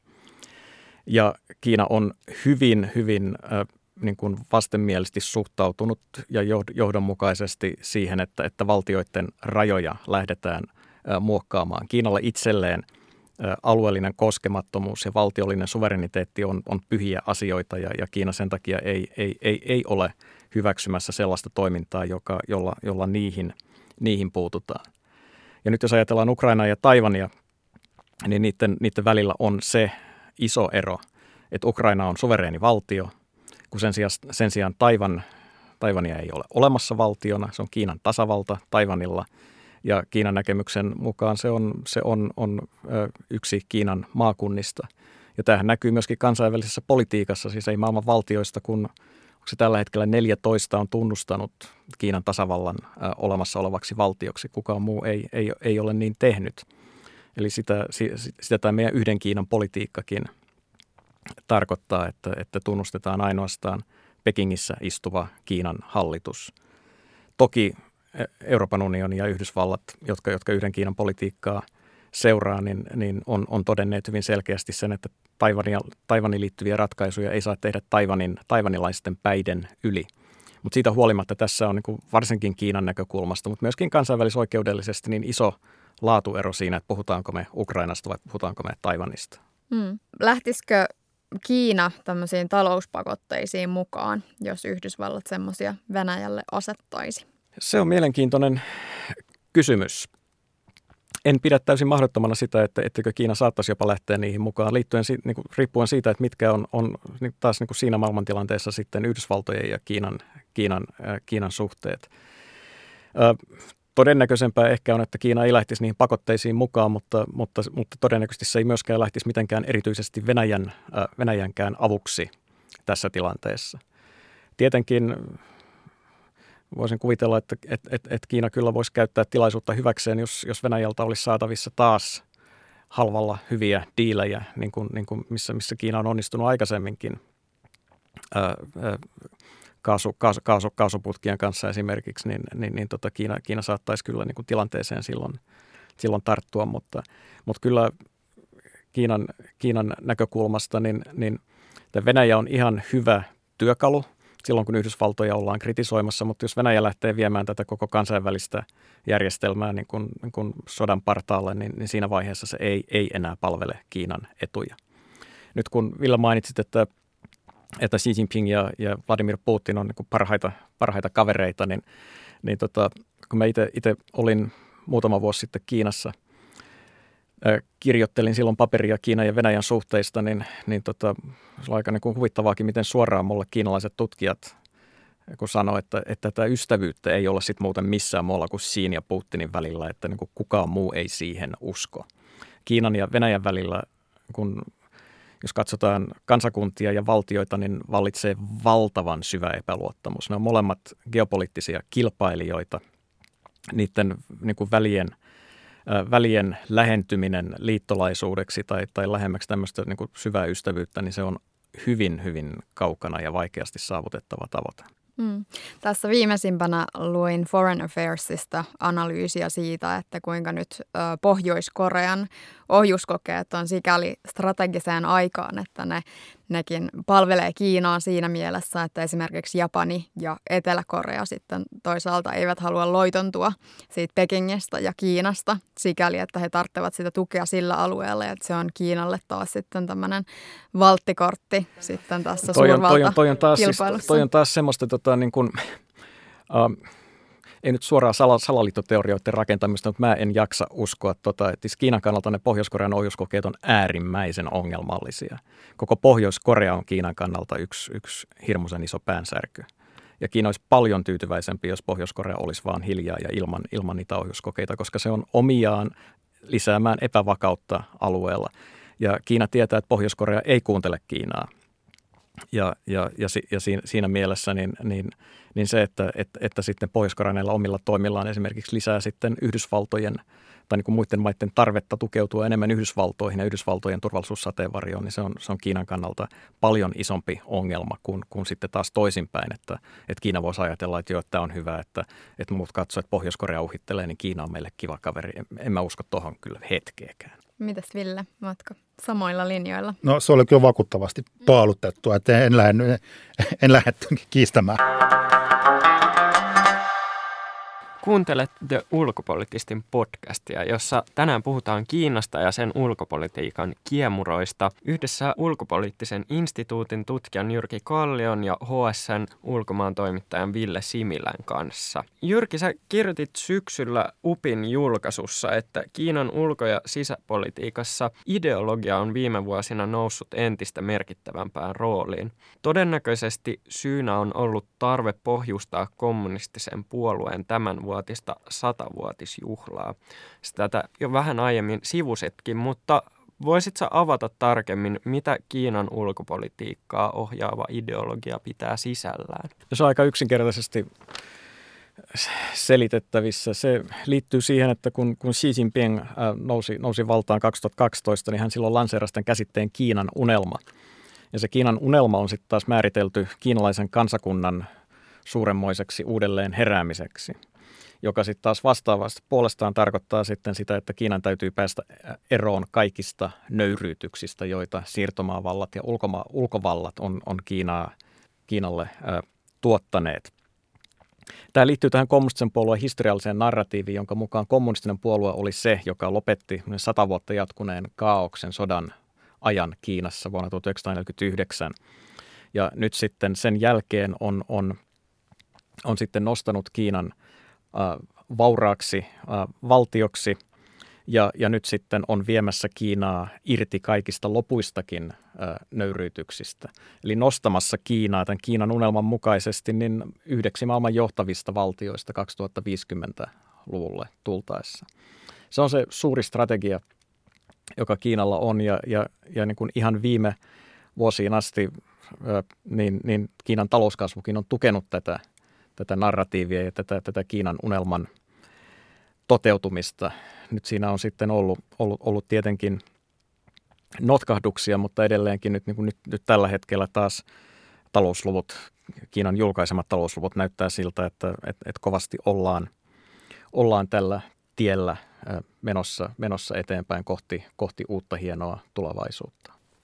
Ja Kiina on hyvin, hyvin ä, niin kuin vastenmielisesti suhtautunut ja johdonmukaisesti siihen, että, että valtioiden rajoja lähdetään ä, muokkaamaan. Kiinalle itselleen alueellinen koskemattomuus ja valtiollinen suvereniteetti on, on pyhiä asioita ja, ja Kiina sen takia ei, ei, ei, ei ole hyväksymässä sellaista toimintaa, joka, jolla, jolla niihin, niihin puututaan. Ja nyt jos ajatellaan Ukrainaa ja Taiwania, niin niiden, niiden välillä on se iso ero, että Ukraina on suvereeni valtio, kun sen sijaan, sen sijaan Taiwan, Taiwania ei ole olemassa valtiona, se on Kiinan tasavalta Taiwanilla. Ja Kiinan näkemyksen mukaan se on, se on, on ö, yksi Kiinan maakunnista. Ja tämähän näkyy myöskin kansainvälisessä politiikassa, siis ei maailman valtioista, kun onko se tällä hetkellä neljätoista on tunnustanut Kiinan tasavallan ö, olemassa olevaksi valtioksi. Kukaan muu ei, ei, ei ole niin tehnyt. Eli sitä, sitä tämä meidän yhden Kiinan politiikkakin tarkoittaa, että, että tunnustetaan ainoastaan Pekingissä istuva Kiinan hallitus. Toki Euroopan unioni ja Yhdysvallat, jotka, jotka yhden Kiinan politiikkaa seuraa, niin, niin on, on todenneet hyvin selkeästi sen, että Taiwania, Taiwaniin liittyviä ratkaisuja ei saa tehdä Taiwanin, taiwanilaisten päiden yli. Mutta siitä huolimatta tässä on niin kuin varsinkin Kiinan näkökulmasta, mutta myöskin kansainvälisoikeudellisesti niin iso laatuero siinä, että puhutaanko me Ukrainasta vai puhutaanko me Taiwanista. Hmm. Lähtisikö Kiina tämmöisiin talouspakotteisiin mukaan, jos Yhdysvallat semmoisia Venäjälle asettaisi? Se on mielenkiintoinen kysymys. En pidä täysin mahdottomana sitä, että etteikö Kiina saattaisi jopa lähteä niihin mukaan, liittyen, niin kuin, riippuen siitä, että mitkä on, on niin taas niin kuin siinä maailmantilanteessa sitten Yhdysvaltojen ja Kiinan, Kiinan, äh, Kiinan suhteet. Äh, todennäköisempää ehkä on, että Kiina ei lähtisi niihin pakotteisiin mukaan, mutta, mutta, mutta todennäköisesti se ei myöskään lähtisi mitenkään erityisesti Venäjän, äh, Venäjänkään avuksi tässä tilanteessa. Tietenkin voisin kuvitella, että, että, että, että Kiina kyllä voisi käyttää tilaisuutta hyväkseen, jos, jos Venäjältä olisi saatavissa taas halvalla hyviä diilejä, niin kuin, niin kuin missä, missä Kiina on onnistunut aikaisemminkin ää, ää, kaasu, kaasu, kaasu, kaasuputkien kanssa esimerkiksi, niin, niin, niin tota Kiina, Kiina saattaisi kyllä niin kuin tilanteeseen silloin, silloin tarttua, mutta, mutta kyllä Kiinan, Kiinan näkökulmasta niin, niin Että Venäjä on ihan hyvä työkalu silloin, kun Yhdysvaltoja ollaan kritisoimassa, mutta jos Venäjä lähtee viemään tätä koko kansainvälistä järjestelmää niin kuin, niin kuin sodan partaalle, niin, niin siinä vaiheessa se ei, ei enää palvele Kiinan etuja. Nyt kun Ville mainitsit, että, että Xi Jinping ja, ja Vladimir Putin on niin kuin parhaita, parhaita kavereita, niin, niin tota, kun mä itse olin muutama vuosi sitten Kiinassa, ää, kirjoittelin silloin paperia Kiinan ja Venäjän suhteista, niin, niin tota, se on aika niin kuin huvittavaakin, miten suoraan mulle kiinalaiset tutkijat kun sanoi, että, että tätä ystävyyttä ei ole sit muuten missään muualla kuin Xiin ja Putinin välillä, että niin kuin kukaan muu ei siihen usko. Kiinan ja Venäjän välillä, kun jos katsotaan kansakuntia ja valtioita, niin vallitsee valtavan syvä epäluottamus. Ne on molemmat geopoliittisia kilpailijoita. Niiden niin kuin välien, äh, välien lähentyminen liittolaisuudeksi tai, tai lähemmäksi tämmöistä niin kuin syvää ystävyyttä, niin se on hyvin, hyvin kaukana ja vaikeasti saavutettava tavoite. Mm. Tässä viimeisimpänä luin Foreign Affairsista analyysiä siitä, että kuinka nyt ö, Pohjois-Korean ohjuskokeet on sikäli strategiseen aikaan, että ne, nekin palvelee Kiinaa siinä mielessä, että esimerkiksi Japani ja Etelä-Korea sitten toisaalta eivät halua loitontua siitä Pekingistä ja Kiinasta sikäli, että he tarvitsevat sitä tukea sillä alueella, että se on Kiinalle taas sitten tämmöinen valttikortti sitten tässä suurvaltakilpailussa. Toi on, toi on, siis, toi on taas semmoista tota, niin kuin, uh, ei nyt suoraan sal- salaliittoteorioiden rakentamista, mutta mä en jaksa uskoa, tota, että Kiinan kannalta ne Pohjois-Korean ohjuskokeet on äärimmäisen ongelmallisia. Koko Pohjois-Korea on Kiinan kannalta yksi, yksi hirmuisen iso päänsärky. Ja Kiina olisi paljon tyytyväisempi, jos Pohjois-Korea olisi vaan hiljaa ja ilman, ilman niitä ohjuskokeita, koska se on omiaan lisäämään epävakautta alueella. Ja Kiina tietää, että Pohjois-Korea ei kuuntele Kiinaa. Ja, ja, ja, ja siinä, siinä mielessä niin, niin, niin se, että, että, että sitten Pohjois-Korea näillä omilla toimillaan esimerkiksi lisää sitten Yhdysvaltojen tai niin kuin muiden maiden tarvetta tukeutua enemmän Yhdysvaltoihin ja Yhdysvaltojen turvallisuussateenvarjoon, niin se on, se on Kiinan kannalta paljon isompi ongelma kuin, kuin sitten taas toisinpäin, että, että Kiina voisi ajatella, että joo, että tämä on hyvä, että, että muut katsoo, että Pohjois-Korea uhittelee, niin Kiina on meille kiva kaveri. En, en mä usko tuohon kyllä hetkeäkään. Mitäs Ville, ootko samoilla linjoilla? No se oli kyllä vakuuttavasti paalutettua, että en lähde, en lähde kiistämään. Kuuntelet The Ulkopolitistin podcastia, jossa tänään puhutaan Kiinasta ja sen ulkopolitiikan kiemuroista yhdessä ulkopoliittisen instituutin tutkijan Jyrki Kallion ja H S:n ulkomaantoimittajan Ville Similän kanssa. Jyrki, sä kirjoitit syksyllä UPin julkaisussa, että Kiinan ulko- ja sisäpolitiikassa ideologia on viime vuosina noussut entistä merkittävämpään rooliin. Todennäköisesti syynä on ollut tarve pohjustaa kommunistisen puolueen tämän vuotista satavuotisjuhlaa. Tätä jo vähän aiemmin sivusitkin, mutta voisit sä avata tarkemmin, mitä Kiinan ulkopolitiikkaa ohjaava ideologia pitää sisällään? Se on aika yksinkertaisesti selitettävissä. Se liittyy siihen, että kun, kun Xi Jinping nousi, nousi valtaan kaksituhattakaksitoista, niin hän silloin lanseerasi tämän käsitteen Kiinan unelma. Ja se Kiinan unelma on sitten taas määritelty kiinalaisen kansakunnan suuremmoiseksi uudelleen heräämiseksi, joka sitten taas vastaavasti puolestaan tarkoittaa sitten sitä, että Kiinan täytyy päästä eroon kaikista nöyryytyksistä, joita siirtomaavallat ja ulkoma- ulkovallat on, on Kiinaa, Kiinalle ä, tuottaneet. Tämä liittyy tähän kommunistisen puolueen historialliseen narratiiviin, jonka mukaan kommunistinen puolue oli se, joka lopetti sata vuotta jatkuneen kaaoksen sodan ajan Kiinassa vuonna tuhatyhdeksänsataaneljäkymmentäyhdeksän. Ja nyt sitten sen jälkeen on, on, on sitten nostanut Kiinan äh, vauraaksi äh, valtioksi ja, ja nyt sitten on viemässä Kiinaa irti kaikista lopuistakin äh, nöyryytyksistä. Eli nostamassa Kiinaa tämän Kiinan unelman mukaisesti niin yhdeksi maailman johtavista valtioista kaksituhattaviisikymmentäluvulle tultaessa. Se on se suuri strategia, joka Kiinalla on ja, ja, ja niin kuin ihan viime vuosiin asti niin, niin Kiinan talouskasvukin on tukenut tätä, tätä narratiivia ja tätä, tätä Kiinan unelman toteutumista. Nyt siinä on sitten ollut, ollut, ollut tietenkin notkahduksia, mutta edelleenkin nyt, niin kuin nyt, nyt tällä hetkellä taas talousluvut, Kiinan julkaisemat talousluvut näyttää siltä, että et, et kovasti ollaan, ollaan tällä tiellä menossa, menossa eteenpäin kohti, kohti uutta hienoa tulevaisuutta.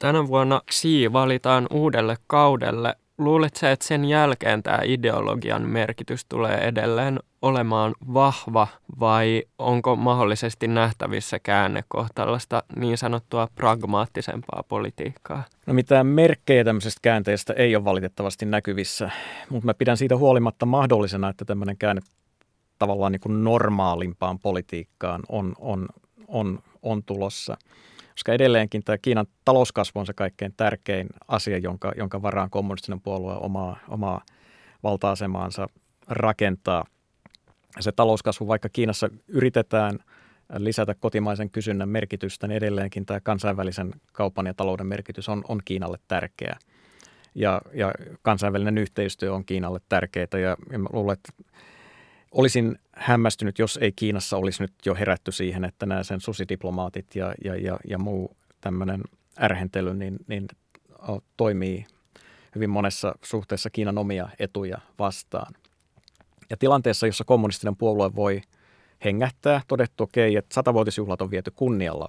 tänä vuonna Xi valitaan uudelle kaudelle. Luuletko, että sen jälkeen tämä ideologian merkitys tulee edelleen olemaan vahva vai onko mahdollisesti nähtävissä käännekohta tällaista niin sanottua pragmaattisempaa politiikkaa? No mitään merkkejä tämmöisestä käänteestä ei ole valitettavasti näkyvissä, mutta mä pidän siitä huolimatta mahdollisena, että tämmöinen käänne tavallaan niin kuin normaalimpaan politiikkaan on, on, on, on tulossa. Koska edelleenkin tämä Kiinan talouskasvu on se kaikkein tärkein asia, jonka, jonka varaan kommunistinen puolue omaa, omaa valta-asemaansa rakentaa. Se talouskasvu, vaikka Kiinassa yritetään lisätä kotimaisen kysynnän merkitystä, niin edelleenkin tämä kansainvälisen kaupan ja talouden merkitys on, on Kiinalle tärkeä. Ja, ja kansainvälinen yhteistyö on Kiinalle tärkeää. Ja, ja mä luulen, että olisin hämmästynyt, jos ei Kiinassa olisi nyt jo herätty siihen, että nämä sen susidiplomaatit ja, ja, ja, ja muu tämmöinen ärhentely niin, niin toimii hyvin monessa suhteessa Kiinan omia etuja vastaan. Ja tilanteessa, jossa kommunistinen puolue voi hengähtää, todettu okei, okay, että satavuotisjuhlat on viety kunnialla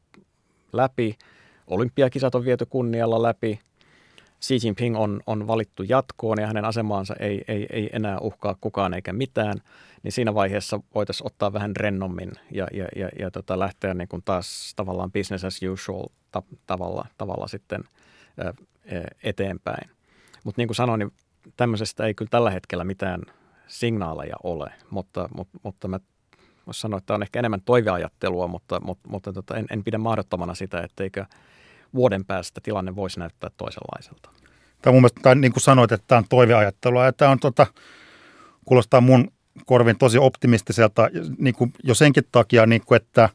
läpi, olympiakisat on viety kunnialla läpi, Xi Jinping on, on valittu jatkoon ja hänen asemaansa ei, ei, ei enää uhkaa kukaan eikä mitään, niin siinä vaiheessa voitaisiin ottaa vähän rennommin ja, ja, ja, ja tota, lähteä niin kuin taas tavallaan business as usual ta- tavalla, tavalla sitten ä, eteenpäin. Mutta niin kuin sanoin, niin tämmöisestä ei kyllä tällä hetkellä mitään signaaleja ole, mutta, mutta, mutta mä voisin sanoa, että on ehkä enemmän toiveajattelua, mutta, mutta, mutta tota, en, en pidä mahdottomana sitä, etteikö vuoden päästä tilanne voisi näyttää toisenlaiselta. Tämä mun mielestä, tai niin kuin sanoit, että tämä on toiveajattelua, ja tämä on, tota, kuulostaa mun korviin tosi optimistiselta, niin kuin jo senkin takia, niin kuin, että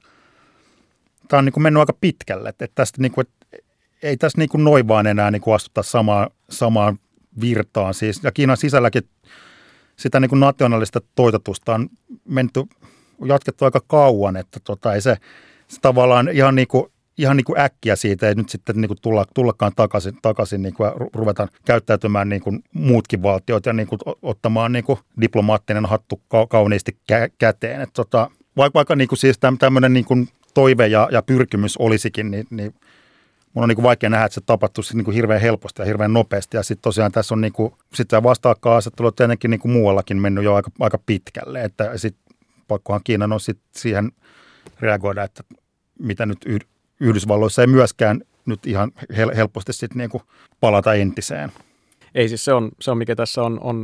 tämä on niin kuin mennyt aika pitkälle, että, että tästä, niin kuin, että ei tässä niin kuin noin vaan enää niin kuin astuta samaan, samaan virtaan. Siis, ja Kiinan sisälläkin sitä niin kuin nationaalista toitotusta on menty, jatkettu aika kauan, että tota, ei se, se tavallaan ihan niin kuin ihan niin kuin äkkiä siitä ei nyt sitten niin kuin tulla, tullakaan takaisin, takaisin niin kuin ja ruvetaan käyttäytymään niin kuin muutkin valtiot ja niin kuin ottamaan niin kuin diplomaattinen hattu ka- kauniisti kä- käteen. Et tota, vaikka vaikka niin kuin siis tämmöinen niin kuin toive ja, ja pyrkimys olisikin, niin, niin mun on niin kuin vaikea nähdä, että se tapahtuisi niin kuin hirveän helposti ja hirveän nopeasti. Ja sitten tosiaan tässä on niin kuin, sitten vastaakka-asettelu tietenkin niin kuin muuallakin mennyt jo aika, aika pitkälle. Että sitten pakkohan Kiinan on sitten siihen reagoida, että mitä nyt yh- Yhdysvalloissa ei myöskään nyt ihan hel- helposti sitten niinku palata entiseen. Ei siis se on, se on mikä tässä on, on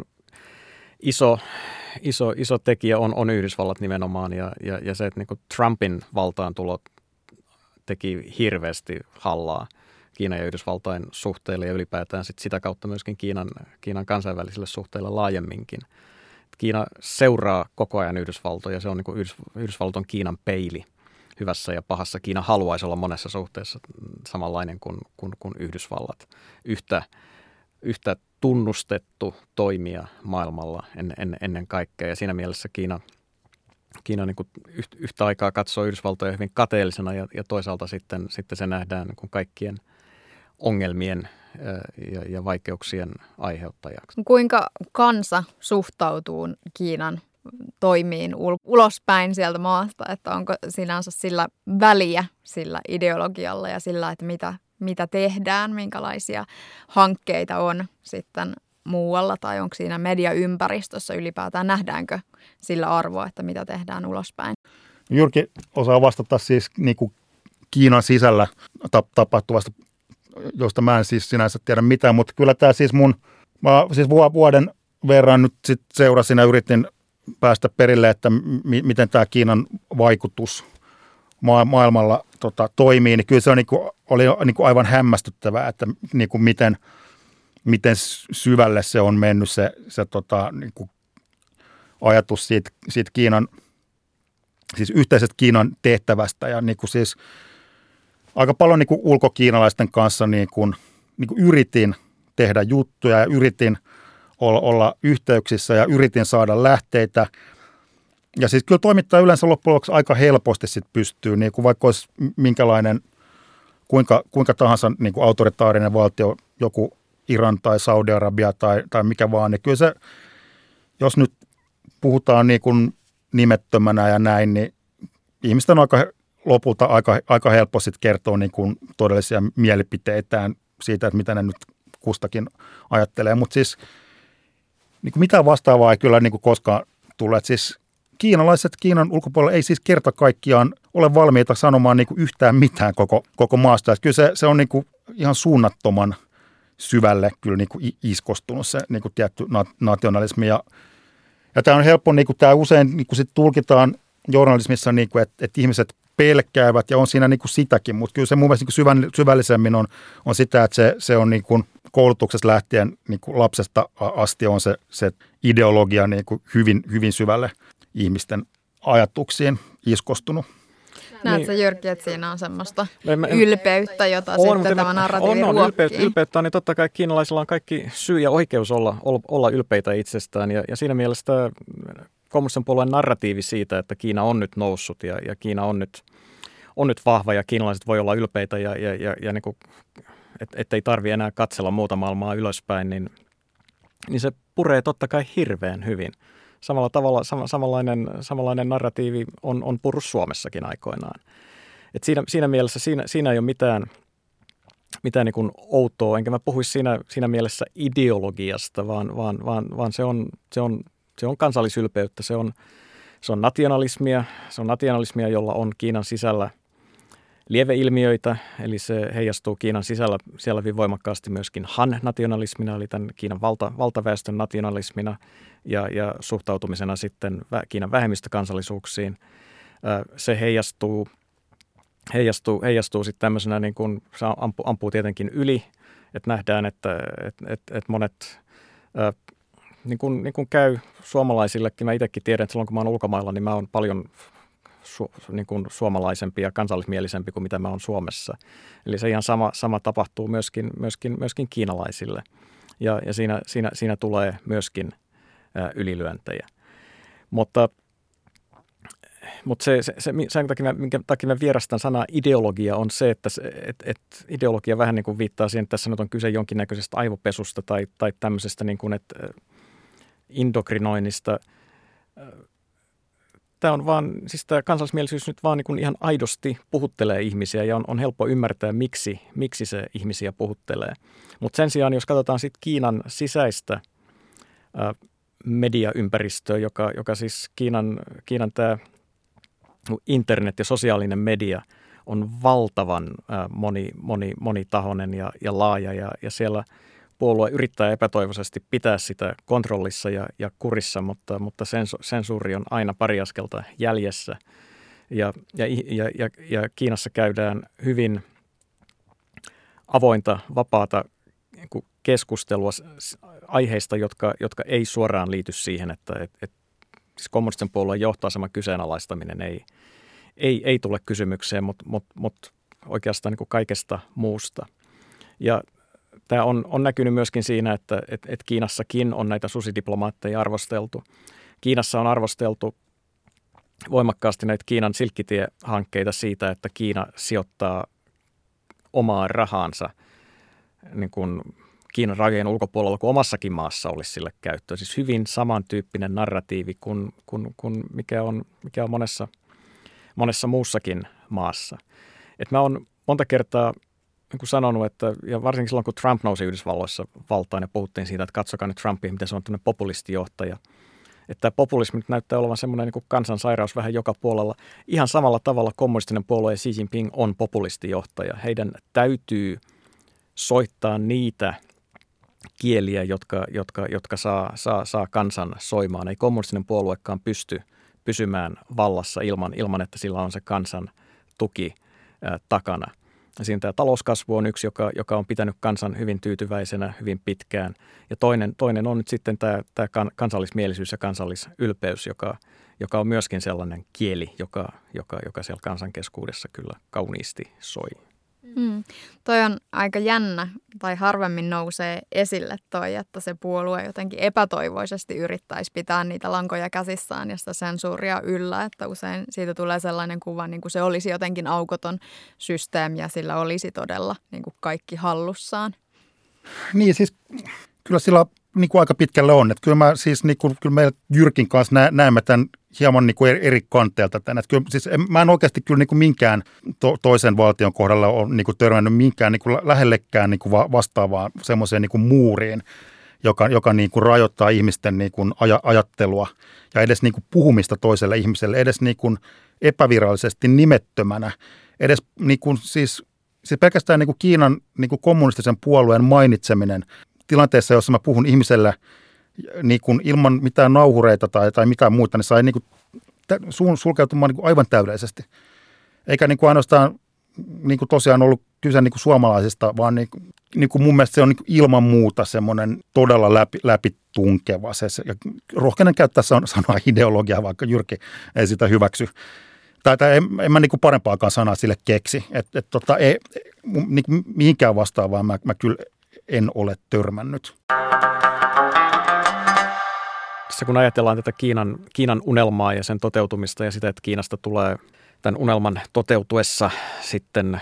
iso, iso, iso tekijä on, on Yhdysvallat nimenomaan ja, ja, ja se, että niinku Trumpin valtaantulo teki hirveästi hallaa Kiinan ja Yhdysvaltain suhteille ja ylipäätään sit sitä kautta myöskin Kiinan, Kiinan kansainvälisille suhteille laajemminkin. Kiina seuraa koko ajan Yhdysvaltoja ja se on niinku Yhdys, Yhdysvallat on Kiinan peili. Hyvässä ja pahassa. Kiina haluaisi olla monessa suhteessa samanlainen kuin, kuin, kuin Yhdysvallat. Yhtä, yhtä tunnustettu toimija maailmalla en, en, ennen kaikkea. Ja siinä mielessä Kiina, Kiina niin kuin yhtä aikaa katsoo Yhdysvaltoja hyvin kateellisena ja, ja toisaalta sitten, sitten se nähdään niin kuin kaikkien ongelmien ja, ja vaikeuksien aiheuttajaksi. Kuinka kansa suhtautuu Kiinan toimiin ulospäin sieltä maasta, että onko sinänsä sillä väliä sillä ideologialla ja sillä, että mitä, mitä tehdään, minkälaisia hankkeita on sitten muualla tai onko siinä mediaympäristössä ylipäätään, nähdäänkö sillä arvoa, että mitä tehdään ulospäin? Jyrki osaa vastata siis niin kuin Kiinan sisällä tapahtuvasta, josta mä en siis sinänsä tiedä mitään, mutta kyllä tämä siis mun, mä siis vuoden verran nyt sit seurasin ja yritin päästä perille, että m- miten tämä Kiinan vaikutus ma- maailmalla tota, toimii, niin kyllä se on, niin kuin, oli niin kuin aivan hämmästyttävää, että niin kuin miten, miten syvälle se on mennyt se, se tota, niin kuin ajatus siitä, siitä Kiinan, siis yhteisestä Kiinan tehtävästä ja niin kuin siis aika paljon niin kuin ulkokiinalaisten kanssa niin kuin, niin kuin yritin tehdä juttuja ja yritin olla, olla yhteyksissä ja yritin saada lähteitä. Ja siis kyllä toimittaa yleensä loppujen lopuksi aika helposti sit pystyy, niin kuin vaikka olisi minkälainen, kuinka, kuinka tahansa niin kuin autoritaarinen valtio, joku Iran tai Saudi-Arabia tai, tai mikä vaan, niin kyllä se, jos nyt puhutaan niin kuin nimettömänä ja näin, niin ihmisten on aika lopulta aika, aika helppo sitten kertoa niin kuin todellisia mielipiteitään siitä, että mitä ne nyt kustakin ajattelee. Mutta siis niin kuin mitään vastaavaa ei kyllä niin kuin koskaan tule. Siis kiinalaiset Kiinan ulkopuolella ei siis kerta kaikkiaan ole valmiita sanomaan niin kuin yhtään mitään koko, koko maasta. Että kyllä se, se on niin kuin ihan suunnattoman syvälle kyllä niin kuin iskostunut se niin kuin tietty nationalismi. Ja, ja tämä on helppo, niin kuin tämä usein niin kuin sit tulkitaan journalismissa, niin kuin, että, että ihmiset pelkäävät ja on siinä niin kuin sitäkin, mutta kyllä se mun mielestä niin kuin syvällisemmin on, on sitä, että se, se on niin kuin koulutuksesta lähtien niin kuin lapsesta asti on se, se ideologia niin kuin hyvin, hyvin syvälle ihmisten ajatuksiin iskostunut. Näetkö Jyrki, että siinä on semmoista en, en, ylpeyttä, jota on, sitten tämä narratiivi on, on, ruokkii? ylpeyttä, ylpeyttä on, niin totta kai kiinalaisilla on kaikki syy ja oikeus olla, olla ylpeitä itsestään. Ja, ja siinä mielessä kommunistisen puolueen narratiivi siitä, että Kiina on nyt noussut ja, ja Kiina on nyt, on nyt vahva ja kiinalaiset voi olla ylpeitä ja, ja, ja, ja niin kuin, et, ettei tarvitse enää katsella muuta maailmaa ylöspäin, niin, niin se puree totta kai hirveän hyvin. Samalla tavalla, sam, samanlainen, samanlainen narratiivi on, on purru Suomessakin aikoinaan. Et siinä, siinä mielessä siinä, siinä ei ole mitään, mitään niin kuin outoa, enkä mä puhuisi siinä, siinä mielessä ideologiasta, vaan, vaan, vaan, vaan se, on, se, on, se on kansallisylpeyttä, se on, se on nationalismia, se on nationalismia, jolla on Kiinan sisällä lieveilmiöitä, eli se heijastuu Kiinan sisällä siellä hyvin voimakkaasti myöskin Han-nationalismina, eli tämän Kiinan valta, valtaväestön nationalismina ja, ja suhtautumisena sitten Kiinan vähemmistökansallisuuksiin. Se heijastuu, heijastuu, heijastuu sitten tämmöisenä, niin kuin se ampuu, ampuu tietenkin yli, että nähdään, että et, et, et monet, niin kuin, niin kuin käy suomalaisillekin, mä itsekin tiedän, että silloin kun mä oon ulkomailla, niin mä oon paljon Su, niin kuin suomalaisempi ja kansallismielisempi kuin mitä mä oon Suomessa. Eli se ihan sama, sama tapahtuu myöskin, myöskin, myöskin kiinalaisille. Ja, ja siinä, siinä, siinä tulee myöskin ää, ylilyöntejä. Mutta, mutta se, se, se, sen takia, minkä takia mä vierastan sanaa ideologia on se, että se, et, et ideologia vähän niin kuin viittaa siihen, että tässä nyt on kyse jonkinnäköisestä aivopesusta tai, tai tämmöisestä niin kuin, että indoktrinoinnista. Tämä on vaan, siis tämä kansallismielisyys nyt vaan niin kuin ihan aidosti puhuttelee ihmisiä ja on, on helppo ymmärtää, miksi, miksi se ihmisiä puhuttelee. Mutta sen sijaan, jos katsotaan sitten Kiinan sisäistä ä, mediaympäristöä, joka, joka siis Kiinan, Kiinan tämä internet ja sosiaalinen media on valtavan ä, moni, moni, monitahoinen ja, ja laaja ja, ja siellä puolue yrittää epätoivoisesti pitää sitä kontrollissa ja, ja kurissa, mutta, mutta sensuuri on aina pari askelta jäljessä. Ja, ja, ja, ja, ja Kiinassa käydään hyvin avointa, vapaata keskustelua aiheista, jotka, jotka ei suoraan liity siihen, että et, et, siis kommunistisen puolueen johtoaseman kyseenalaistaminen ei, ei, ei tule kysymykseen, mutta mut, mut oikeastaan niin kuin kaikesta muusta. Ja tämä on, on näkynyt myöskin siinä, että et, et Kiinassakin on näitä susidiplomaatteja arvosteltu. Kiinassa on arvosteltu voimakkaasti näitä Kiinan silkkitie-hankkeita siitä, että Kiina sijoittaa omaa rahansa niin kuin Kiinan rajojen ulkopuolella kuin omassakin maassa olisi sille käyttöä. Siis hyvin samantyyppinen narratiivi kuin, kuin, kuin mikä on, mikä on monessa, monessa muussakin maassa. Et mä oon monta kertaa niin kuin sanonut, että ja varsinkin silloin, kun Trump nousi Yhdysvalloissa valtaan ja puhuttiin siitä, että katsokaa nyt Trumpia, miten se on tämmöinen populistijohtaja. Että tämä populismi nyt näyttää olevan semmoinen niin kuin kansansairaus vähän joka puolella. Ihan samalla tavalla kommunistinen puolue Xi Jinping on populistijohtaja. Heidän täytyy soittaa niitä kieliä, jotka, jotka, jotka saa, saa, saa kansan soimaan. Ei kommunistinen puoluekaan pysty pysymään vallassa ilman, ilman että sillä on se kansan tuki ää, takana. Ja siinä tämä talouskasvu on yksi, joka, joka on pitänyt kansan hyvin tyytyväisenä hyvin pitkään. Ja toinen, toinen on nyt sitten tämä, tämä kansallismielisyys ja kansallisylpeys, joka, joka on myöskin sellainen kieli, joka, joka, joka siellä kansan keskuudessa kyllä kauniisti soi. Hmm. Toi on aika jännä, tai harvemmin nousee esille toi, että se puolue jotenkin epätoivoisesti yrittäisi pitää niitä lankoja käsissään ja sitä sensuuria yllä, että usein siitä tulee sellainen kuva, niin kuin se olisi jotenkin aukoton systeemi ja sillä olisi todella niin kuin kaikki hallussaan. Niin siis kyllä sillä niin kuin aika pitkälle on. Että kyllä mä siis niin kuin, kyllä meillä Jyrkin kanssa nä, näemme tämän hieman niin kuin eri, eri kanteelta tämän. Että kyllä, siis en, mä en oikeasti kyllä niin kuin minkään to, toisen valtion kohdalla ole niin kuin törmännyt minkään niin kuin lähellekään niin kuin vastaavaan semmoiseen niin kuin muuriin, joka, joka niin kuin rajoittaa ihmisten niin kuin aja, ajattelua ja edes niin kuin puhumista toiselle ihmiselle, edes niin kuin epävirallisesti nimettömänä, edes niin kuin siis, siis pelkästään niin kuin Kiinan niin kuin kommunistisen puolueen mainitseminen tilanteessa, jossa mä puhun ihmiselle niin kuin ilman mitään nauhureita tai, tai mitään muuta, niin sai niin kuin sulkeutumaan niin kuin aivan täydellisesti. Eikä niin kuin ainoastaan niin kuin tosiaan ollut kyse niin kuin suomalaisista, vaan niin kuin, niin kuin mun mielestä se on niin kuin ilman muuta semmoinen todella läpi, läpitunkeva. Se, se, ja rohkeinen käyttää sanoa ideologiaa, vaikka Jyrki ei sitä hyväksy. Tai, tai en, en mä niin kuin parempaakaan sanaa sille keksi. Että et, tota, ei, niin kuin mihinkään vastaavaan mä, mä kyllä en ole törmännyt. Tässä kun ajatellaan tätä Kiinan, Kiinan unelmaa ja sen toteutumista ja sitä, että Kiinasta tulee tämän unelman toteutuessa sitten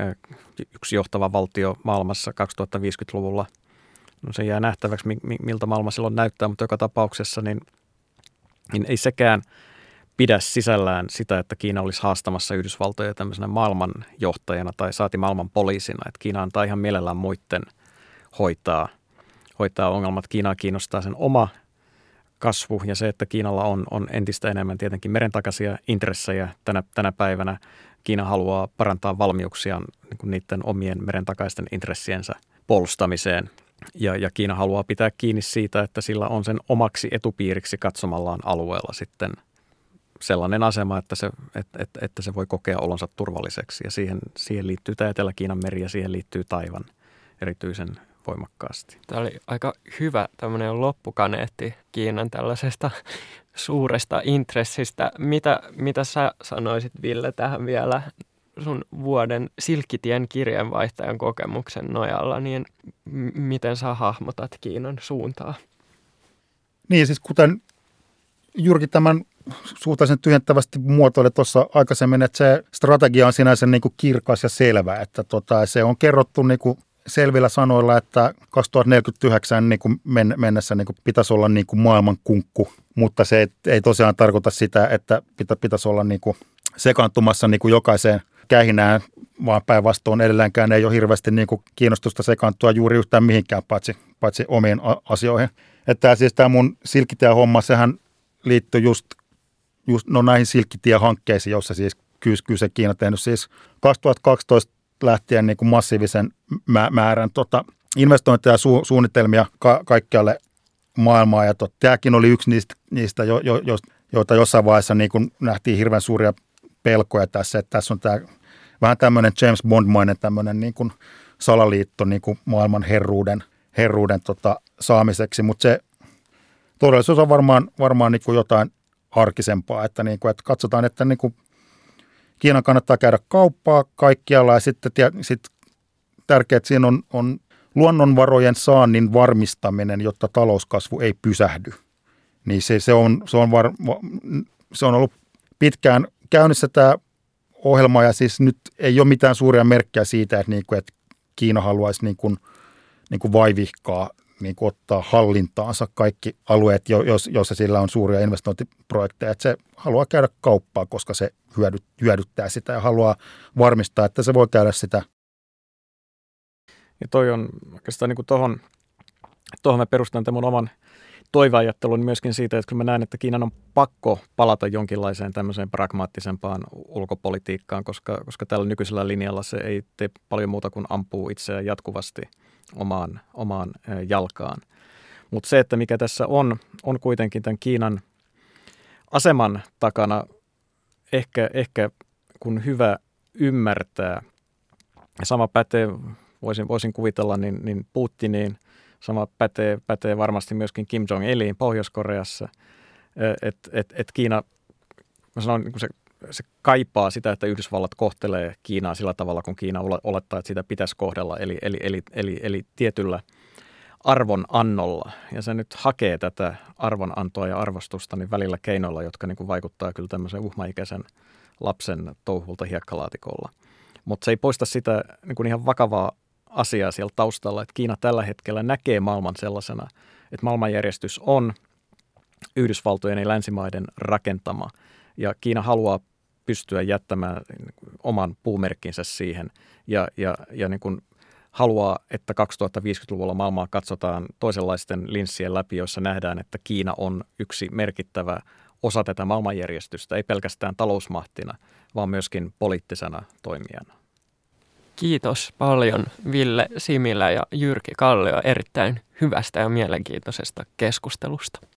yksi johtava valtio maailmassa kaksituhattaviisikymmentäluvulla. No se jää nähtäväksi, miltä maailma silloin näyttää, mutta joka tapauksessa niin, niin ei sekään pidä sisällään sitä, että Kiina olisi haastamassa Yhdysvaltoja tämmöisenä maailmanjohtajana tai saati maailman poliisina. Että Kiina antaa ihan mielellään muiden hoitaa, hoitaa ongelmat. Kiinaa kiinnostaa sen oma kasvu ja se, että Kiinalla on, on entistä enemmän tietenkin merentakaisia intressejä tänä, tänä päivänä. Kiina haluaa parantaa valmiuksiaan niin kuin niiden omien merentakaisten intressiensä puolustamiseen. Ja, ja Kiina haluaa pitää kiinni siitä, että sillä on sen omaksi etupiiriksi katsomallaan alueella sitten sellainen asema, että se, että, että, että se voi kokea olonsa turvalliseksi. Ja siihen, siihen liittyy tämä Etelä-Kiinan meri ja siihen liittyy Taiwan erityisen voimakkaasti. Tämä oli aika hyvä tämmöinen loppukaneetti Kiinan tällaisesta suuresta intressistä. Mitä, mitä sä sanoisit, Ville, tähän vielä sun vuoden Silkkitien kirjeenvaihtajan kokemuksen nojalla, niin m- miten sä hahmotat Kiinan suuntaa? Niin, siis kuten Jyrki tämän suhtaisen tyhjentävästi muotoili tuossa aikaisemmin, että se strategia on sinänsä niin kuin kirkas ja selvä, että tota, se on kerrottu niin kuin selvillä sanoilla, että kaksituhattaneljäkymmentäyhdeksän niin kuin mennessä niin kuin pitäisi olla niin kuin maailman kunkku, mutta se ei, ei tosiaan tarkoita sitä, että pitä, pitäisi olla niin kuin sekaantumassa niin kuin jokaiseen kähinään, vaan päinvastoin edelleenkään ei ole hirveästi niin kuin kiinnostusta sekaantua juuri yhtään mihinkään, paitsi, paitsi omiin asioihin. Että siis tämä mun Silkkitie-homma, sehän liittyy just, just no näihin Silkkitie-hankkeisiin, joissa siis kyse Kiina tehnyt siis kaksituhattakaksitoista lähtien niin kuin massiivisen määrän tota, investointeja ja su- suunnitelmia ka- kaikkialle maailmaan. Ja tot, tämäkin oli yksi niistä, niistä jo, jo, jo, joita jossain vaiheessa niin kuin nähtiin hirveän suuria pelkoja tässä. Että tässä on tämä vähän tämmöinen James Bond-mainen tämmöinen niin kuin salaliitto niin kuin maailman herruuden, herruuden tota, saamiseksi. Mutta se todellisuus on varmaan, varmaan niin kuin jotain arkisempaa, että, niin kuin, että katsotaan, että niin kuin Kiinan kannattaa käydä kauppaa kaikkialla ja sitten sit tärkeää, että siinä on, on luonnonvarojen saannin varmistaminen, jotta talouskasvu ei pysähdy. Niin se, se, on, se, on, var, se on ollut pitkään käynnissä tämä ohjelma ja siis nyt ei ole mitään suuria merkkejä siitä, että, niin kuin, että Kiina haluaisi niin kuin, niin kuin vaivihkaa niin kuin ottaa hallintaansa kaikki alueet, joissa sillä on suuria investointiprojekteja. Että se haluaa käydä kauppaa, koska se hyödyttää sitä ja haluaa varmistaa, että se voi käydä sitä. Ja toi on oikeastaan niin kuin tohon, tohon mä perustan tämän mun oman toiveajattelun myöskin siitä, että kun mä näen, että Kiinan on pakko palata jonkinlaiseen tämmöiseen pragmaattisempaan ulkopolitiikkaan, koska, koska tällä nykyisellä linjalla se ei tee paljon muuta kuin ampuu itseään jatkuvasti omaan, omaan jalkaan. Mutta se, että mikä tässä on, on kuitenkin tämän Kiinan aseman takana ehkä, ehkä kun hyvä ymmärtää. Sama pätee, voisin, voisin kuvitella, niin, niin Putiniin, sama pätee, pätee varmasti myöskin Kim Jong-iliin Pohjois-Koreassa, että et, et Kiina, mä sanon, niin se, se kaipaa sitä, että Yhdysvallat kohtelee Kiinaa sillä tavalla, kun Kiina olettaa, että sitä pitäisi kohdella, eli, eli, eli, eli, eli tietyllä arvonannolla. Ja se nyt hakee tätä arvonantoa ja arvostusta niin välillä keinoilla, jotka niin kuin vaikuttaa kyllä tämmöisen uhmaikäisen lapsen touhulta hiekkalaatikolla. Mutta se ei poista sitä niin kuin ihan vakavaa asiaa siellä taustalla, että Kiina tällä hetkellä näkee maailman sellaisena, että maailmanjärjestys on Yhdysvaltojen ja länsimaiden rakentama ja Kiina haluaa pystyä jättämään oman puumerkkinsä siihen ja, ja, ja niin kuin haluaa, että kaksituhattaviisikymmentäluvulla maailmaa katsotaan toisenlaisten linssien läpi, joissa nähdään, että Kiina on yksi merkittävä osa tätä maailmanjärjestystä, ei pelkästään talousmahtina, vaan myöskin poliittisena toimijana. Kiitos paljon Ville Similä ja Jyrki Kallio erittäin hyvästä ja mielenkiintoisesta keskustelusta.